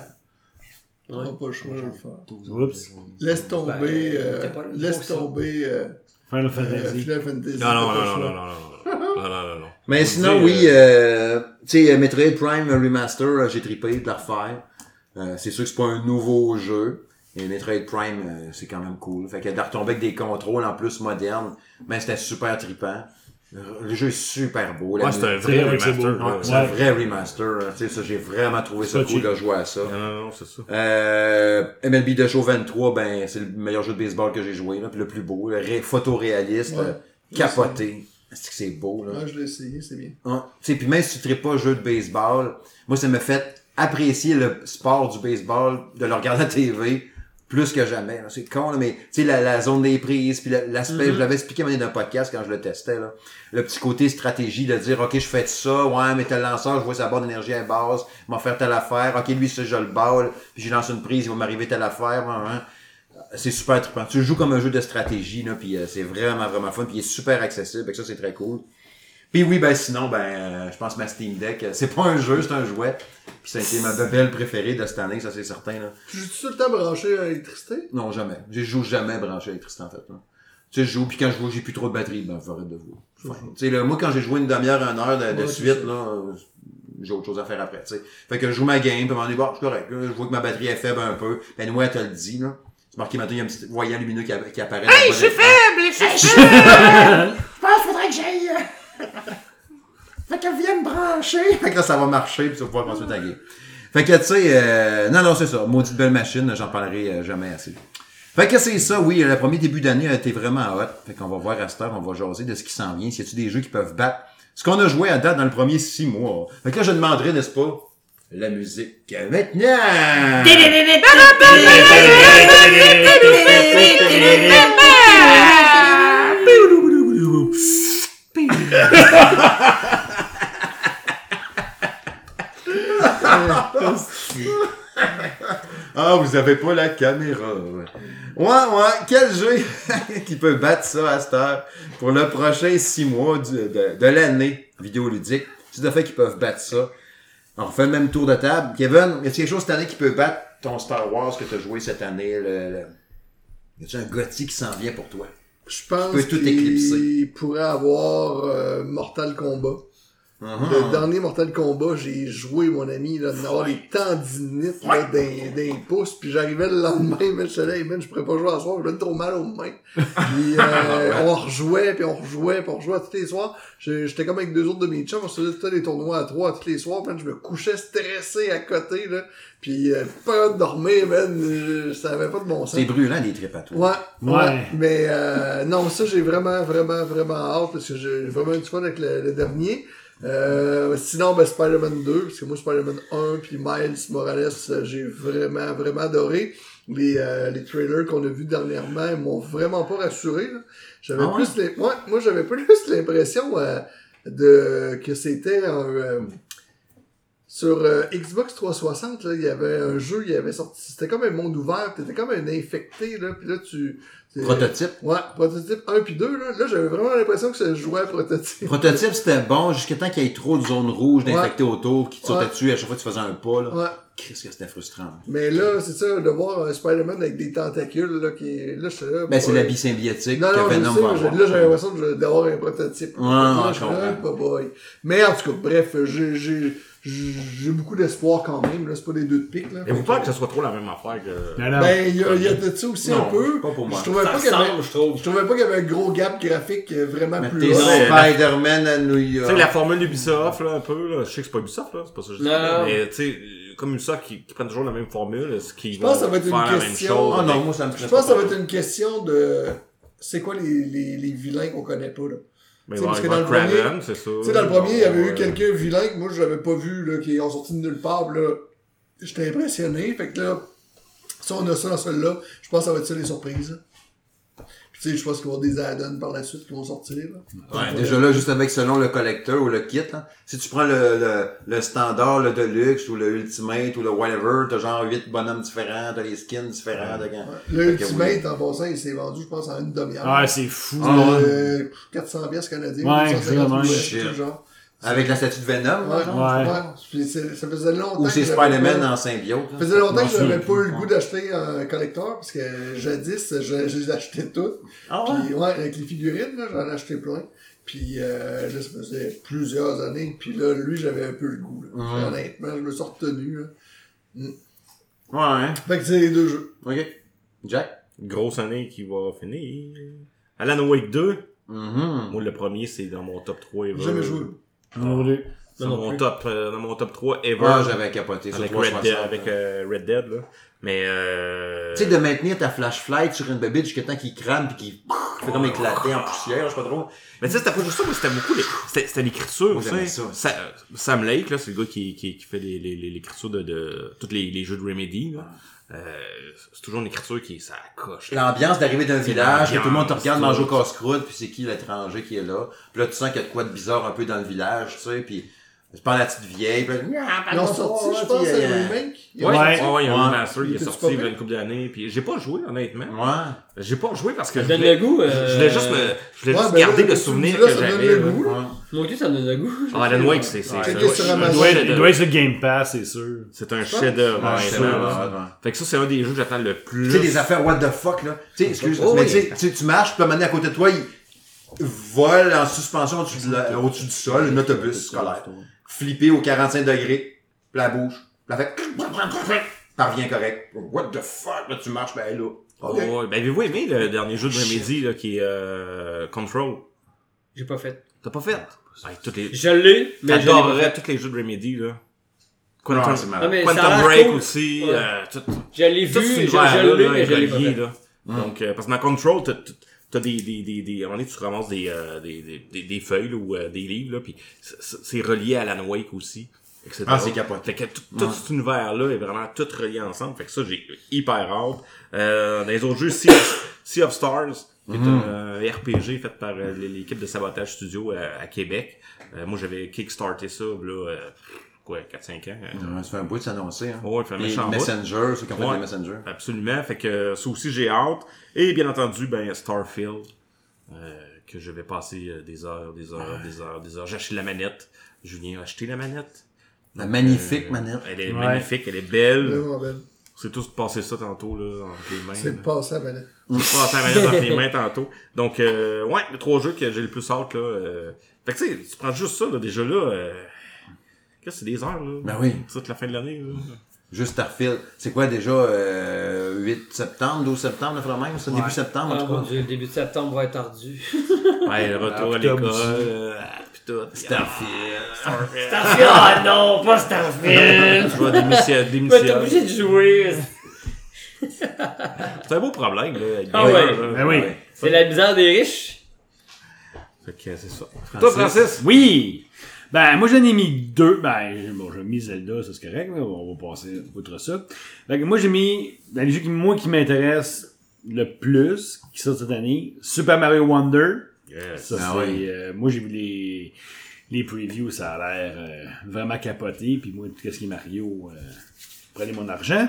On n'a pas le choix, je vais le faire. Oups. Laisse tomber, Ben, euh, t'es pas là, laisse faut ça. tomber euh, Final euh, Fantasy. Final Fantasy. Non, non, t'as pas non, le non, choix. non, non, non, non, non, non, non. Mais Faut sinon, dire, oui, euh, euh, tu sais, Metroid Prime Remaster, euh, j'ai trippé de la refaire. Euh, c'est sûr que c'est pas un nouveau jeu. Et Metroid Prime, euh, c'est quand même cool. Fait que de retomber avec des contrôles en plus modernes, ben c'était super trippant. Le jeu est super beau. La Ouais, c'est un musique- vrai C'est vrai que c'est remaster. beau. ouais. Ouais, c'est un vrai remaster. Tu sais, ça, j'ai vraiment trouvé ça Ça, cool tu- de jouer à ça. Non, non, non, c'est ça. Euh, M L B The Show vingt-trois, ben, c'est le meilleur jeu de baseball que j'ai joué, là, puis le plus beau, le ré- photoréaliste, Ouais. euh, capoté. C'est que c'est beau, là. Ouais, je l'ai essayé, c'est bien. Hein? Tu sais, puis même si tu ne pas jeu de baseball, moi, ça me fait apprécier le sport du baseball, de le regarder à la T V, plus que jamais. là. C'est con, là, mais tu sais, la, la zone des prises, puis la- l'aspect, Mm-hmm. je l'avais expliqué à un moment d'un podcast quand je le testais, là. Le petit côté stratégie de dire, OK, je fais ça, ouais, mais tel lanceur, je vois sa barre d'énergie à base, il va faire telle affaire, OK, lui, ça, je le balle, puis je lance une prise, il va m'arriver telle affaire, ouais, ouais. C'est super trippant. Tu le joues comme un jeu de stratégie, là, puis euh, c'est vraiment, vraiment fun, puis il est super accessible, donc ça, c'est très cool. Puis oui, ben sinon, ben, euh, je pense ma Steam Deck, euh, c'est pas un jeu, c'est un jouet. Puis ça a été ma bebelle préférée de cette année, ça c'est certain, là. Tu joues tout le temps branché à l'électricité? Non, jamais. Je joue jamais branché à l'électricité, en fait, là. Tu sais, je joue, puis quand je joue, j'ai plus trop de batterie, ben, j'arrête de jouer. Enfin, tu sais, là, moi, quand j'ai joué une demi-heure, une heure de, de Ouais, suite, c'est là, euh, j'ai autre chose à faire après, tu sais. Fait que je joue ma game, puis à un moment donné, bon, c'est correct, là, je vois que ma batterie est faible un peu. Ben, nous, elle te le dit, là. C'est marqué maintenant, il y a un petit voyant lumineux qui, a- qui apparaît. Hey, je suis faible, je suis faible! Je pense qu'il faudrait que j'aille. euh, Fait qu'elle vienne brancher. Fait que là, ça va marcher, puis tu vas pouvoir construire ta game. Fait que, tu sais, euh, non, non, c'est ça. Maudite belle machine, j'en parlerai euh, jamais assez. Fait que c'est ça, oui, le premier début d'année a été vraiment hot. Fait qu'on va voir à cette heure, on va jaser de ce qui s'en vient. S'il y a-tu des jeux qui peuvent battre ce qu'on a joué à date dans le premier six mois. Fait que là, je demanderai, n'est-ce pas, la musique maintenant! Ah, vous avez pas la caméra. Ouais, ouais, quel jeu qui peut battre ça à cette heure pour le prochain six mois du- de, de l'année vidéoludique? C'est de fait qu'ils peuvent battre ça. On refait le même tour de table. Kevin, y a-t-il quelque chose cette année qui peut battre ton Star Wars que tu as joué cette année? Le, le... Y a-t-il un Gotti qui s'en vient pour toi? Je pense peut tout qu'il éclipser. pourrait avoir euh, Mortal Kombat. Uh-huh. Le dernier Mortal Kombat, j'ai joué, mon ami, là, d'avoir les tendinites, là, d'un, d'un pouce, puis j'arrivais le lendemain, mais je suis là, hey, man, je pourrais pas jouer à soir, je donne trop mal aux mains. Puis, euh, on rejouait, puis on rejouait, puis on rejouait tous les soirs. Je- J'étais comme avec deux autres de mes chums, on se faisait tous les tournois à trois tous les soirs, man, je me couchais stressé à côté, là, puis euh, pas de dormir, man, je, ça avait pas de bon sens. C'est brûlant, les tripes à toi. Ouais, ouais, Ouais. mais euh, non, ça j'ai vraiment, vraiment, vraiment hâte parce que j'ai vraiment eu du fun avec le, le dernier. Euh, sinon, ben Spider-Man deux, parce que moi Spider-Man un puis Miles Morales, euh, j'ai vraiment, vraiment adoré. Les, euh, les trailers qu'on a vus dernièrement m'ont vraiment pas rassuré. Là. J'avais Ah ouais? plus les... ouais, moi j'avais plus l'impression euh, de que c'était un euh, sur euh, Xbox trois cent soixante, là, il y avait un jeu, il y avait sorti, c'était comme un monde ouvert, t'étais comme un infecté, là, pis là, tu... c'est- Prototype. Ouais, prototype un puis deux, là. Là, j'avais vraiment l'impression que ça jouait à prototype. Prototype, c'était bon jusqu'à temps qu'il y ait trop de zones rouges Ouais. d'infectés autour qui te sautaient Ouais. dessus à chaque fois que tu faisais un pas, là. Ouais. Qu'est-ce que c'était frustrant. Mais là, c'est ça, de voir un Spider-Man avec des tentacules, là, qui est... Là, j'étais là... Ben, c'est ouais. la vie symbiotique Non, que non, je Venom sais, va mais j'ai- avoir. là, j'avais l'impression de- d'avoir un prototype. Ouais, Là, ouais, je je suis là, comprends. pas boy. Mais en tout cas, bref, j'ai, j'ai, j'ai beaucoup d'espoir quand même, là, c'est pas des deux de pique, là. Et vous pas que ce soit trop la même affaire que. Non, non. Ben, il y a, il y a de ça aussi Non, un peu. pas pour moi. Je trouvais Ça pas qu'il y avait... ressemble, je trouve. Je trouvais pas qu'il y avait un gros gap graphique euh, vraiment Mais plus t'es haut. Ouais. Spider-Man à New Tu York. sais, la formule Ubisoft, là, un peu, là. Je sais que c'est pas Ubisoft, là. C'est pas ça que je dis. Non. Mais, tu sais, comme Ubisoft qui, qui prennent toujours la même formule, ce qui Je pense que ça va être une faire la même question- chose. Ah non, moi, ça me Je stresse pense que ça pas. va être une question de... C'est quoi les, les, les vilains qu'on connaît pas, là? Mais Tu sais, ouais, parce que il dans va le Kraven, premier- c'est ça. Tu sais, dans le premier, il y avait Ouais. eu quelques vilains que moi, je l'avais pas vu, là, qui ont sorti de nulle part, là. J'étais impressionné. Fait que là, si on a ça dans celui-là, je pense que ça va être ça les surprises. Tu sais, je pense qu'il va y avoir des add-ons par la suite qui vont sortir. Là. Ouais, déjà là, juste avec selon le collector ou le kit, là, si tu prends le, le, le standard, le deluxe ou le ultimate ou le whatever, t'as genre huit bonhommes différents, t'as les skins différents. Ouais. De... Ouais. Le ultimate, oui. En passant, il s'est vendu, je pense, en une demi-heure. Ah, c'est fou. Euh, quatre cents piastres canadiens. Ouais, vraiment. Genre. Avec la statue de Venom, ouais, genre? Ouais. ouais. C'est, ça faisait longtemps. Ou c'est Spider-Man en symbiote. Ça faisait longtemps que je n'avais pas eu le goût d'acheter un collector, parce que jadis, je, je les achetais toutes. Ah ouais? Puis, ouais, avec les figurines, là, j'en ai acheté plein. Puis euh, là, ça faisait plusieurs années. Puis là, lui, j'avais un peu le goût. Là. Mm. Honnêtement, je me suis retenu. Là. Mm. Ouais. Fait que c'est les deux jeux. OK. Jack? Grosse année qui va finir. Alan Wake deux. Mm-hmm. Moi, le premier, c'est dans mon top trois ever. J'ai jamais joué. Non, non, C'est dans, mon top, euh, dans mon top trois ever. Ah, j'avais capoté. Avec, Red Dead, avec euh, Red Dead, là. Mais, euh... Tu sais, de maintenir ta flashlight sur une bébite jusqu'à temps qu'il crame pis qu'il fait comme éclater en poussière, je sais pas trop. Mais tu sais, c'était pas juste ça, mais c'était beaucoup les... c'était, c'était l'écriture, tu sais. Ça. Sam Lake, là, c'est le gars qui, qui, qui fait les, les, l'écriture de, de tous les, les jeux de Remedy, là. Euh, c'est toujours une écriture qui est ça coche. L'ambiance d'arriver d'un village, que tout le monde te regarde tout. manger au casse-croûte, puis c'est qui l'étranger qui est là. Puis là, tu sens qu'il y a de quoi de bizarre un peu dans le village, tu sais, puis tu prends la petite vieille, puis ils ont sorti, je pense, un remake. Ouais, ouais, ouais, ouais, il y a un ouais. remaster qui est sorti il y a pas une couple d'années, puis j'ai pas joué, honnêtement. Ouais. J'ai pas joué parce que je donne voulais, le goût. Euh... je voulais juste me, je voulais ouais, juste ben garder là, le souvenir là, que ça donne j'avais. le là. goût, là. Ouais. Moi aussi, ça me donne le goût. Ah, Alan Wake, c'est, c'est, Ouais, c'est, c'est c'est sur un Amazon. Il doit, être, chef-d'œuvre. il doit être sur Game Pass, c'est sûr. C'est un chef-d'œuvre, Ouais, c'est honnêtement. vrai, là. ouais, ouais. Fait que ça, c'est un des jeux que j'attends le plus. Tu sais, des affaires what the fuck, là. Tu sais, excuse, Oh, mais oui. tu sais, tu sais, tu marches, puis à un moment donné, à côté de toi, il vole en suspension au-dessus, de la- au-dessus du sol, un autobus scolaire. Flippé aux quarante-cinq degrés, puis la bouche, puis la fait, parvient correct. What the fuck, là, tu marches, ben, là. Oh, ouais. Ben, avez-vous aimé le dernier jeu de Remedy, là, qui est, euh, Control? J'ai pas fait. T'as pas fait? Ouais, toutes les, Je l'ai, mais je l'ai pas t'adorerais fait. tous les jeux de Remedy, là. Non, Quantum, c'est Ah, malade. mais ça a Quantum l'air Break cool. aussi, Ouais. euh, tout, Je l'ai tout vu, cet je, univers-là, je l'ai, là, mais je l'ai pas relié, fait. là. Donc, euh, parce que dans Control, t'as, t'as, t'as des, des, des, des, à un moment donné, tu ramasses des, euh, des, des, des, des feuilles, là, ou euh, des livres, là, pis c'est, c'est relié à Alan Wake aussi, et cetera. Ah, c'est capoté. Fait que tout, tout Ouais. cet univers-là est vraiment tout relié ensemble. Fait que ça, j'ai hyper hâte. Euh, dans les autres jeux, Sea of, Sea of Stars, qui est un euh, R P G fait par euh, l'équipe de Sabotage Studio à, à Québec. Euh, moi, j'avais kickstarté ça, là, euh, quoi, quatre cinq ans. Euh, Ouais, ça fait un bout de s'annoncer, hein. Ouais, il fait un Les méchant bout. Messenger, ceux qui ont fait Ouais. des Messenger. Absolument. Fait que ça aussi, j'ai hâte. Et bien entendu, ben, Starfield, euh, que je vais passer euh, des heures, des heures, des heures, des heures. J'ai acheté la manette. Julien a acheté la manette. La magnifique Euh, manette. Elle est Ouais. magnifique, elle est belle. Vraiment belle. C'est tout passer ça tantôt, là, entre les mains. C'est là. passé à Valais. C'est passé la manette entre les mains tantôt. Donc, euh, ouais, les trois jeux que j'ai le plus hâte, là. Euh... Fait que tu sais, tu prends juste ça, là, déjà là. Euh... Qu'est-ce que c'est des heures, là? Ben oui. C'est toute la fin de l'année, là. Juste Starfield. C'est quoi déjà, euh, huit septembre, douze septembre, le même? C'est début septembre, en Ah, tout mon cas. Dieu, le début de septembre va être ardu. Ouais, le retour Ah, à putain, l'école, aussi. euh, ah, pis tout. Starfield. Starfield. Starfield! Ah non, pas Starfield! Je vais démissionner. Tu vas démissionner. être obligé de jouer. C'est un beau problème, là. avec Ah les ouais. heures, là. Ben oui. C'est la misère des riches. Fait que c'est ça. Toi, Francis? Oui! Ben, moi, j'en ai mis deux. Ben, bon, j'ai mis Zelda, ça c'est correct, là. On va passer outre ça. Fait que moi, j'ai mis, dans les jeux qui, moi, qui m'intéressent le plus, qui sortent cette année, Super Mario Wonder. Yes. Ça, Ah c'est, oui. euh, moi, j'ai vu les, les previews, ça a l'air euh, vraiment capoté. Puis moi, tout ce qui est Mario, euh, prenez mon argent.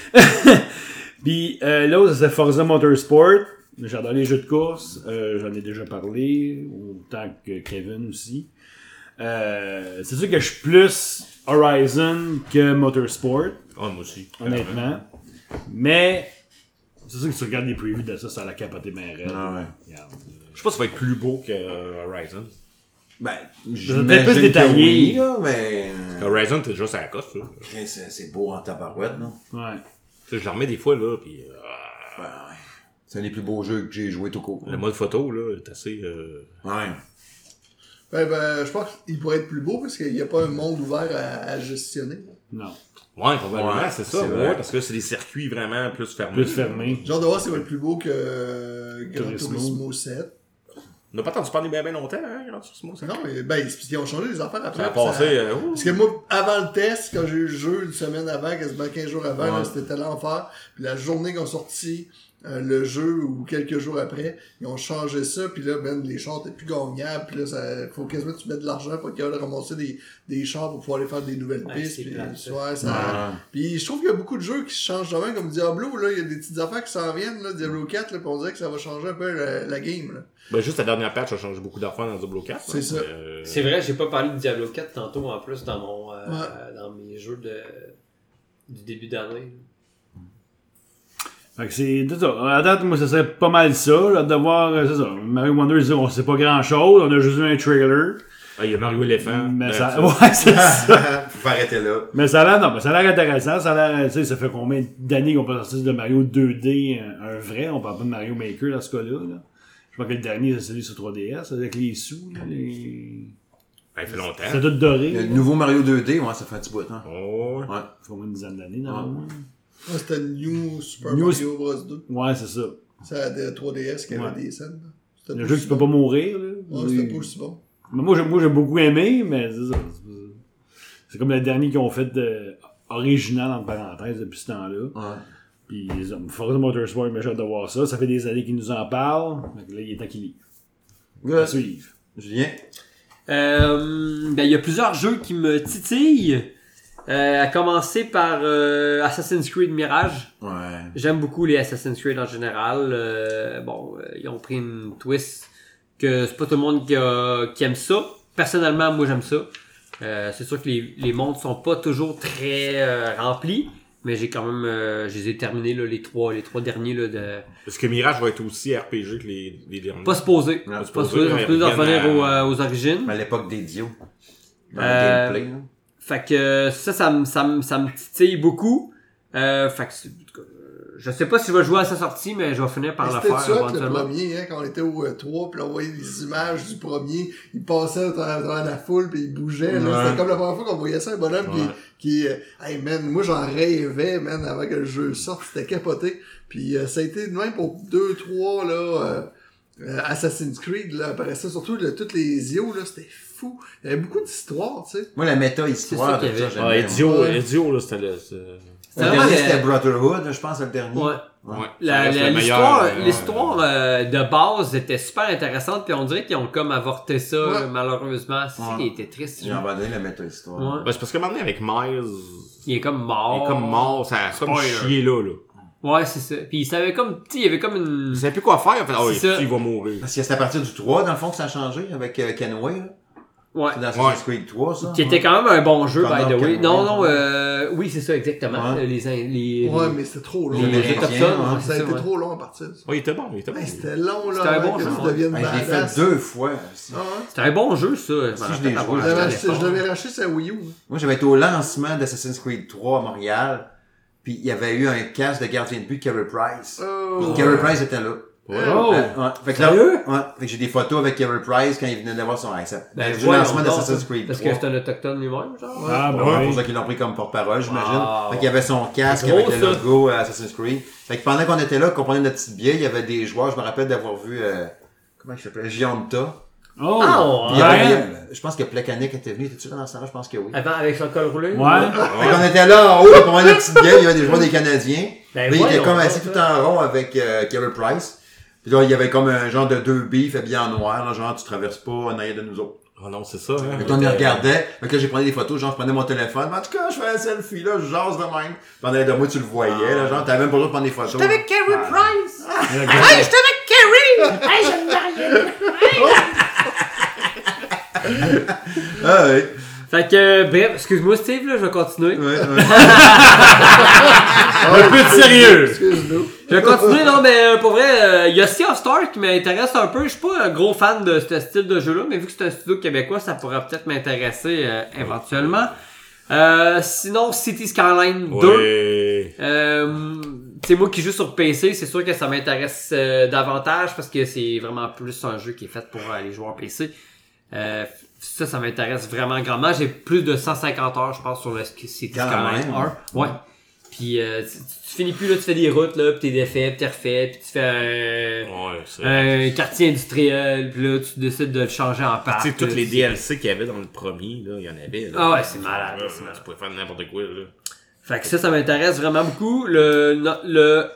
Puis euh, l'autre, c'est Forza Motorsport. J'adore les jeux de course. Euh, j'en ai déjà parlé, autant que Kevin aussi. Euh, c'est sûr que je suis plus Horizon que Motorsport, Oh, moi aussi. honnêtement. Mais c'est sûr que tu regardes les previews de ça, ça a la capoté bien raide. Ah ouais. Regarde. Je sais pas si ça va être plus beau que euh, Horizon. Ben, peut-être j'imagine plus que détaillé. oui, là, mais... Horizon, t'es déjà sur la coste, là. Hey, C'est, c'est beau en tabarouette, non? Ouais. Tu sais, je la remets des fois, là, pis euh, Ben, ouais. C'est un des plus beaux jeux que j'ai joué tout court. le mode photo, là, est assez... Euh... Ouais. Ben, ben, je pense qu'il pourrait être plus beau parce qu'il n'y a pas un monde ouvert à, à gestionner. Non. Ouais, probablement, Ouais, c'est ça. c'est vrai. Ouais, parce que là, c'est des circuits vraiment plus fermés. Plus fermé. Genre de voir si ça va être plus beau que euh, Gran Turismo. Turismo sept. On n'a pas entendu parler bien, bien longtemps, hein, Gran Turismo, ça. Non, mais ben, c'est parce qu'ils ont changé les affaires après. Ça a puis passé... euh, ouh. Parce que moi, avant le test, quand j'ai eu le jeu une semaine avant, quasiment quinze jours avant, Ouais. là, c'était l'enfer. Puis la journée qu'on sortit euh, le jeu ou quelques jours après, ils ont changé ça, puis là, ben, les chars étaient plus gagnables, puis là, ça, faut quasiment que tu mettes de l'argent pour être capable de ramasser des, des chars pour pouvoir aller faire des nouvelles Ouais, pistes. c'est Puis, plate, ça. ouais, ça, Ouais. puis je trouve qu'il y a beaucoup de jeux qui se changent de même, comme Diablo, là, il y a des petites affaires qui s'en viennent, là, Diablo quatre, là, puis on dirait que ça va changer un peu la, la game, là. Ben, juste la dernière patch a changé beaucoup d'affaires dans Diablo quatre. C'est ça. Euh... C'est vrai, j'ai pas parlé de Diablo quatre tantôt en plus dans mon euh, Ouais. dans mes jeux de du début d'année. Fait que c'est tout ça. À date, moi, ça serait pas mal ça, là, de voir, euh, c'est ça. Mario Wonder, on sait pas grand chose, on a juste vu un trailer. Ah, il y a Mario Elephant. Mais Ben, ça, ça. ouais, c'est ça. Faut arrêter là. Mais ça a l'air, non, mais ça a l'air intéressant, ça a l'air, tu sais, ça fait combien d'années qu'on peut sortir de Mario deux D, un, un vrai, on parle pas de Mario Maker dans ce cas-là, là. Je crois que le dernier, c'est celui sur trois D S, avec les sous, là, les... Ben, il fait longtemps. C'est tout doré. Le là. nouveau Mario deux D, ouais, ça fait un petit bout de temps. Oh, ouais. Ouais. Ça fait au moins une dizaine d'années, normalement. Ouais, c'était New Super New Mario Bros. deux. Ouais, c'est ça. C'est la de trois D S qui avait Ouais. des scènes, là. C'était Le pas jeu que si tu peux bon. pas mourir, là. Ouais, c'était pas aussi bon. Mais moi, j'ai, moi, j'ai beaucoup aimé, mais c'est ça. C'est, c'est comme le dernier qu'ils ont fait de, original, entre parenthèses, depuis ce temps-là. Ouais. Puis, Forza Motorsport, mais j'ai hâte de voir ça. Ça fait des années qu'ils nous en parlent. Donc là, il est temps qu'ils livrent. À Good. suivre. Julien? Euh, ben il y a plusieurs jeux qui me titillent. Euh, à commencer par euh, Assassin's Creed Mirage. Ouais. J'aime beaucoup les Assassin's Creed en général. Euh, bon, euh, ils ont pris une twist que c'est pas tout le monde qui, a, qui aime ça. Personnellement, moi j'aime ça. Euh, c'est sûr que les, les mondes sont pas toujours très euh, remplis, mais j'ai quand même, euh, je les ai terminés là, les trois, les trois derniers là de. Est-ce que Mirage va être aussi R P G que les, les derniers? Pas supposé. Ouais, Pas supposé, supposé. On mais peut en reviennent revenir à- aux, euh, aux origines. À l'époque des Dio. Dans Euh, le gameplay, là. Fait que ça, ça me, ça me, ça me titille beaucoup. Euh, fait que c'est- en tout cas, je sais pas si je vais jouer à sa sortie, mais je vais finir par Mais le c'était faire ça, le éventuellement. premier, hein, quand on était au euh, trois, puis on voyait des images du premier, il passait à travers, à travers la foule, puis il bougeait, là. Ouais. C'était comme la première fois qu'on voyait ça, un bonhomme Ouais. qui, qui, euh, hey man, moi j'en rêvais, man, avant que le jeu sorte, c'était capoté. Puis euh, ça a été de même pour deux, trois, là, euh, euh, Assassin's Creed, là, apparaissait surtout, là, toutes les I O, là, c'était fou. Il y avait beaucoup d'histoires, tu sais. Moi, la méta-histoire C'est ça de qu'il y ça, avait. j'aimais. Ah, Ezio, Ouais. Ezio, là, c'était le... c'est- C'est Le vraiment dernier, le- c'était Brotherhood, je pense, le dernier. Ouais. Ouais. La- Ça reste la- le l'histoire, meilleur, euh, l'histoire euh, de base était super intéressante, puis on dirait qu'ils ont comme avorté ça, Ouais. euh, malheureusement. C'est ça Ouais. qui était triste. J'ai abandonné la méta-histoire. Ouais. Ben, c'est parce que maintenant, avec Miles, Il est comme mort. il est comme mort, ça a comme Spoiler. chié là, là. Ouais, c'est ça. Puis il savait comme, tu sais, il y avait comme une... Il savait plus quoi faire, en fait, ah oui, C'est ça. il va mourir. Parce que c'est à partir du trois, dans le fond, que ça a changé avec euh, Kenway, là. Ouais. C'est dans Assassin's Creed trois, ça. Qui était quand même un bon jeu, Pendant by the way. Kenway, Non, non, ouais. euh, oui, c'est ça, exactement. Ouais. Les, les, Ouais, les, mais c'était trop long. les, Américains, les Autochtones, ouais. ouais, Ça a c'est été ça, ouais. trop long à partir de ça. Oh, il était bon, il était bon. Hey, c'était long, là, C'était un avant bon que jeu, je ouais. devienne Ouais, je l'ai badass. fait deux fois aussi. Ah ouais? C'était un bon jeu, ça. Si, je l'ai joué, Je Ouais, l'avais à acheté, je l'avais racheté sur la Wii U. hein. Moi, j'avais été au lancement d'Assassin's Creed trois à Montréal, puis il y avait eu un casque de gardien de but de Carey Price. Oh. Puis Carey Price était là. Ouais. Oh! Ouais, ouais. Fait que là, Sérieux? ouais. Fait que j'ai des photos avec Carey Price quand il venait d'avoir son accent. Ben, J'ai vu le voyons lancement donc, d'Assassin's Creed Parce trois. que c'est un autochtone lui-même, genre. Ah, ben Ouais, oui. pour ça qu'ils l'ont pris comme porte-parole, j'imagine. Wow. Fait qu'il y avait son casque C'est gros, avec le ça. logo euh, Assassin's Creed. Fait que pendant qu'on était là, qu'on prenait notre petite bière, il y avait des joueurs, je me rappelle d'avoir vu, euh, comment il s'appelait? Gianta. Oh! Ah, Puis il y avait- ouais. il y avait- je pense que Plekanec était venu, étais-tu là dans ce temps-là? Je pense que oui. Avant, avec son col roulé. Ouais. Fait qu'on était là en haut, pour prendre notre petite bière, il y avait des joueurs des Canadiens. Ben, Puis il était voyons comme donc, assis ça. tout en rond avec euh, Carey Price. Puis là, il y avait comme un genre de deux beefs habillés en noir, là, genre tu traverses pas en arrière de nous autres. Oh non, c'est ça, hein. Fait qu'on y regardait. Fait que là, j'ai pris des photos, genre, je prenais mon téléphone. Mais en tout cas, je fais un selfie, là, je jase de même. Puis en arrière de moi, tu le voyais, là, genre, t'avais même pas le droit de prendre des photos. J'étais avec Carey Price! Hey, j'étais avec Carey! Hey, j'aime Ah, ouais. Fait que, bref, excuse-moi Steve, là, je vais continuer. Ouais, ouais. Un peu de sérieux! Excuse-nous. Je vais continuer, non, mais euh, pour vrai, il y a Sea of Stars qui m'intéresse un peu. Je suis pas un gros fan de ce style de jeu-là, mais vu que c'est un studio québécois, ça pourrait peut-être m'intéresser euh, éventuellement. Euh, sinon, City Skyline deux. Ouais. Euh, c'est moi qui joue sur P C, c'est sûr que ça m'intéresse euh, davantage parce que c'est vraiment plus un jeu qui est fait pour euh, les joueurs P C. Euh, ça, ça m'intéresse vraiment grandement. J'ai plus de cent cinquante heures, je pense, sur le City Quand Skyline même. un. Ouais. Puis euh, tu, tu finis plus là, tu fais des routes là, puis t'es défait, puis t'es refait, puis tu fais un, Ouais, c'est... un quartier industriel, puis là tu décides de le changer en parc. Tu sais, tous là, les tu- D L C qu'il y avait dans le premier, là, il y en avait, là. Ah ouais, c'est malade, Ouais, c'est malade. Tu pouvais faire n'importe quoi, là. Fait que ça, ça m'intéresse vraiment beaucoup. Le, no- le,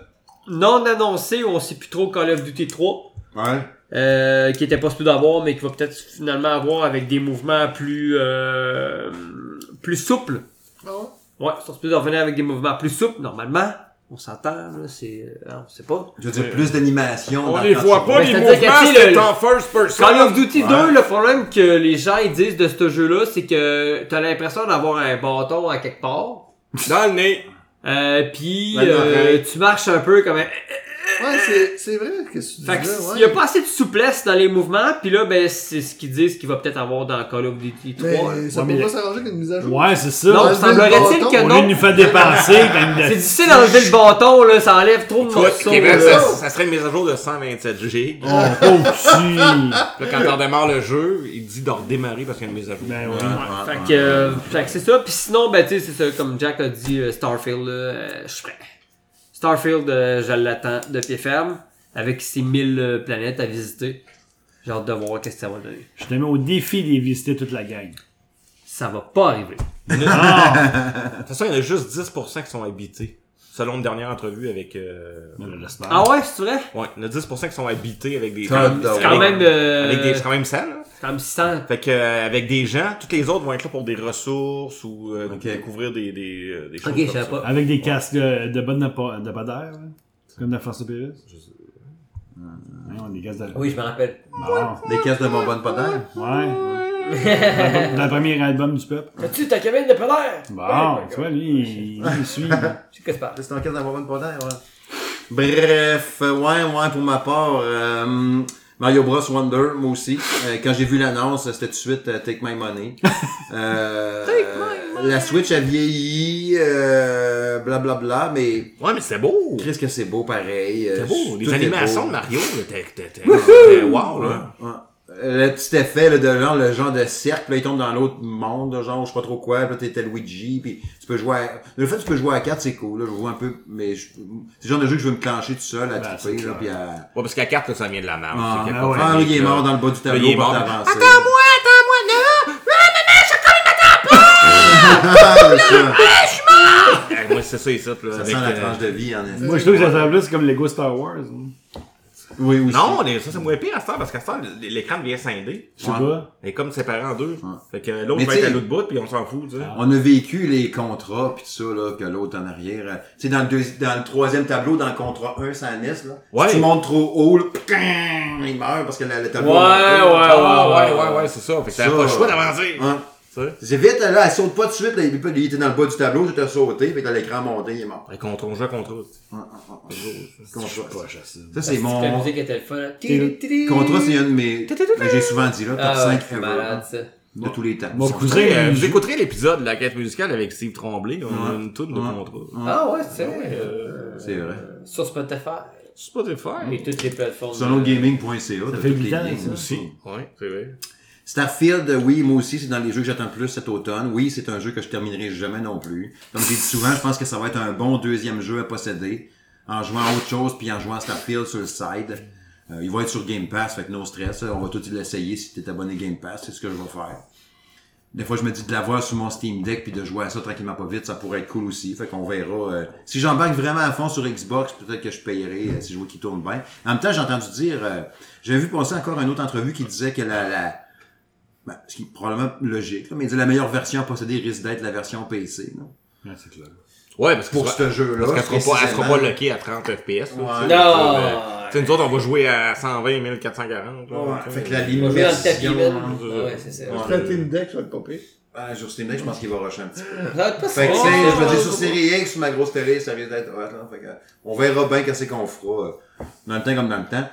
non annoncé, on sait plus trop Call of Duty trois. Ouais. Euh, qui était pas supposé d'avoir, mais qui va peut-être finalement avoir avec des mouvements plus euh, plus souples. Ah ouais? Ouais, ils sont supposés revenir avec des mouvements plus souples, normalement. On s'entend, là, c'est... Euh, on sait pas. Je veux dire, plus d'animation. On dans les quand voit tu- pas, Mais les c'est-à-dire que, mouvements, tu sais, c'est le- en first person. Call of Duty Ouais. deux, le problème que les gens ils disent de ce jeu-là, c'est que t'as l'impression d'avoir un bâton à quelque part. Dans le nez. Euh, pis Ouais, euh, ouais. tu marches un peu comme un... Ouais, c'est, c'est vrai que tu dis Fait que là, il ouais. y a pas assez de souplesse dans les mouvements, puis là, ben, c'est ce qu'ils disent qu'il va peut-être avoir dans Call of Duty trois. Mais ça Ouais, peut mais- pas s'arranger qu'une mise à jour. Ouais, c'est ça. Non, enlever semblerait-il le que bâton, Au lieu de non. nous faire dépenser quand il C'est difficile d'enlever le bâton, là, ça enlève trop de Toi, morceaux. Québec, là. ça, ça serait une mise à jour de cent vingt-sept gigs. Oh, pauvre petit. Là, quand on redémarre le jeu, il dit de redémarrer parce qu'il y a une mise à jour. Ben oui. Ouais, fait que, euh, fait que c'est ça. Puis sinon, ben, tu sais, c'est ça, comme Jack a dit, euh, Starfield, là, euh, je suis prêt. Starfield, euh, je l'attends de pied ferme, avec ses mille euh, planètes à visiter. J'ai hâte de voir qu'est-ce que ça va donner. Je te mets au défi de visiter toute la gang. Ça va pas arriver. Ah! De toute façon, il y en a juste dix pour cent qui sont habités. Selon une dernière entrevue avec... Euh... On l'espère. Ah ouais, c'est vrai? Ouais, il y en a dix pour cent qui sont habités avec des... Ça, avec- c'est quand même, euh, Avec des... C'est quand même ça, là. C'est comme six cents. Fait que, euh, avec des gens, tous les autres vont être là pour des ressources ou euh, Ok. découvrir des, des, euh, des choses Ok, je comme savais ça. pas. Avec des casques de, de bonne de pas de pas d'air, là. Comme dans Force Pérus. Ouais, des casques de... Oui, je me rappelle. Bon. Des caisses de bonbonne pas d'air. Ouais. Dans, dans le premier album du peuple. As-tu ta cabine de polaire? Bon, tu vois, lui, il, il suit. Je sais ce que c'est pas. C'est une caisse de bonbonne pas d'air, ouais. Bref, euh, ouais, ouais, pour ma part, euh, Mario Bros Wonder, moi aussi. Euh, quand j'ai vu l'annonce, c'était tout de suite euh, Take My Money. Euh, Take my money. La Switch a vieilli, euh, blablabla, mais Ouais, mais c'est beau! qu'est-ce que c'est beau pareil. euh, C'est beau! tout Les est animations beau. de Mario, là, t'es, t'es, t'es, t'es- wow, là! Ouais. Le petit effet là, de genre, le genre de cercle, là, il tombe dans l'autre monde, là, genre, je sais pas trop quoi, puis là, t'es Luigi, puis tu peux jouer à... Le fait que tu peux jouer à quatre, c'est cool, là, je vois un peu, mais je... c'est le genre de jeu que je veux me clencher tout seul, à Ben, triper, c'est là, clair. puis à... Ouais, parce qu'à carte, là, ça vient de la merde. Ah, c'est qu'il y a ah pas ouais. Ah, de oui, il est panique, mort là. dans le bas du tableau, il est pour mort. t'avancer. Attends-moi, attends-moi, là! Eh, moi, c'est ça, ici, là. Ça avec, sent la euh, tranche de vie, en effet. Moi, je trouve que ça ressemble plus comme Lego Star Wars. hein. Oui, aussi. Non, les- ça, c'est moins pire à ce temps, parce qu'à ce temps, l'écran devient scindé. Je sais Ouais. pas. Il est comme séparé en deux. Ouais. Fait que l'autre Mais va être à t'sais- l'autre bout, puis on s'en fout, tu sais. On a vécu les contrats pis tout ça, là, que l'autre en arrière. euh, Tu sais, dans le deuxi- dans le troisième tableau, dans le contrat un, ça N E S, là. Ouais. Si tu montes trop haut, là, il meurt parce que le, le tableau... Ouais, a monté, ouais, là. Ah, ouais, ouais, ouais, c'est ça. Fait que t'as Ça, pas le choix d'avancer. Ouais. Tu sais. C'est vite, là, elle saute pas tout de suite, là, il, il était dans le bas du tableau, tout a sauté, fait que là, l'écran monté, il est mort. Et contre, on joue à contre autre. Ouais, ouais, ouais. Contrat. Pas ça. Ça, c'est La mon... musique était le fun. là. Contrat, c'est un de mes... ben, j'ai souvent dit, là, top Ah ouais, cinq c'est ever, malade, hein, ça. de tous les temps. Mon Ça, cousin, Euh, il vous joue- écouterez l'épisode de la quête musicale avec Steve Tremblay. On a Ouais. une toune de Ouais. contrat. Ah ouais, c'est vrai. euh, C'est vrai. Sur Spotify. Spotify. Et toutes les plateformes. Sonogaming point c a, Ça t'as fait toutes huit les ans, liens ça. aussi. Ouais, c'est vrai. Starfield, oui, moi aussi, c'est dans les jeux que j'attends le plus cet automne. Oui, c'est un jeu que je terminerai jamais non plus. Comme j'ai dit souvent, je pense que ça va être un bon deuxième jeu à posséder, en jouant à autre chose, puis en jouant à Starfield sur le side. Euh, il va être sur Game Pass, fait que no stress. On va tout l'essayer si t'es abonné Game Pass, c'est ce que je vais faire. Des fois, je me dis de l'avoir sur mon Steam Deck puis de jouer à ça tranquillement pas vite, ça pourrait être cool aussi. Fait qu'on verra. Euh, si j'embarque vraiment à fond sur Xbox, peut-être que je payerai euh, si je vois qu'il tourne bien. En même temps, j'ai entendu dire, euh, j'avais vu passer encore une autre entrevue qui disait que la, la ben, ce qui est probablement logique, là, mais il dit la meilleure version à posséder risque d'être la version P C. Là. Ouais, c'est clair. Ouais, parce que Pour ça- ce jeu-là. Parce qu'elle sera pas, elle sera pas précisément. lockée à trente F P S. là, Ouais. tu sais, Non. euh, Tu sais, nous autres, on va jouer à cent vingt mille quatre cent quarante. là, Ouais, tu sais. fait que la Il va jouer dans le tapis, l'immersion. man. Ah ouais, c'est ça. Ouais. Après le Team Deck, ça va être pas pire. Ah, sur Steam Deck, je pense qu'il va rusher un petit peu. Ça va être pas Fait que, si tu sais, bon, je veux ça. dire, sur Série X, sur ma grosse télé, ça risque d'être hot, là. Fait que, on verra bien qu'est-ce qu'on fera, euh, dans le temps comme dans le temps.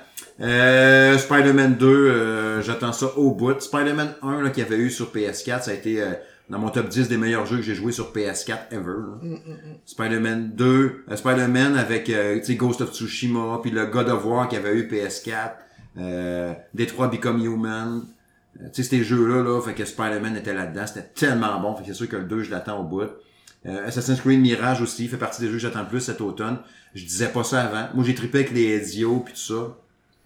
Euh, Spider-Man deux, euh, j'attends ça au bout. Spider-Man un, là, qu'il y avait eu sur P S quatre, ça a été, euh, dans mon top dix des meilleurs jeux que j'ai joué sur P S quatre ever, là. Spider-Man deux, euh, Spider-Man avec, euh, tu sais, Ghost of Tsushima, puis le God of War qu'il y avait eu P S quatre, euh, Detroit Become Human, euh, tu sais, ces jeux-là, là, fait que Spider-Man était là-dedans, c'était tellement bon, fait que c'est sûr que le deux, je l'attends au bout. Euh, Assassin's Creed Mirage aussi, fait partie des jeux que j'attends le plus cet automne. Je disais pas ça avant. Moi, j'ai trippé avec les Ezio pis tout ça.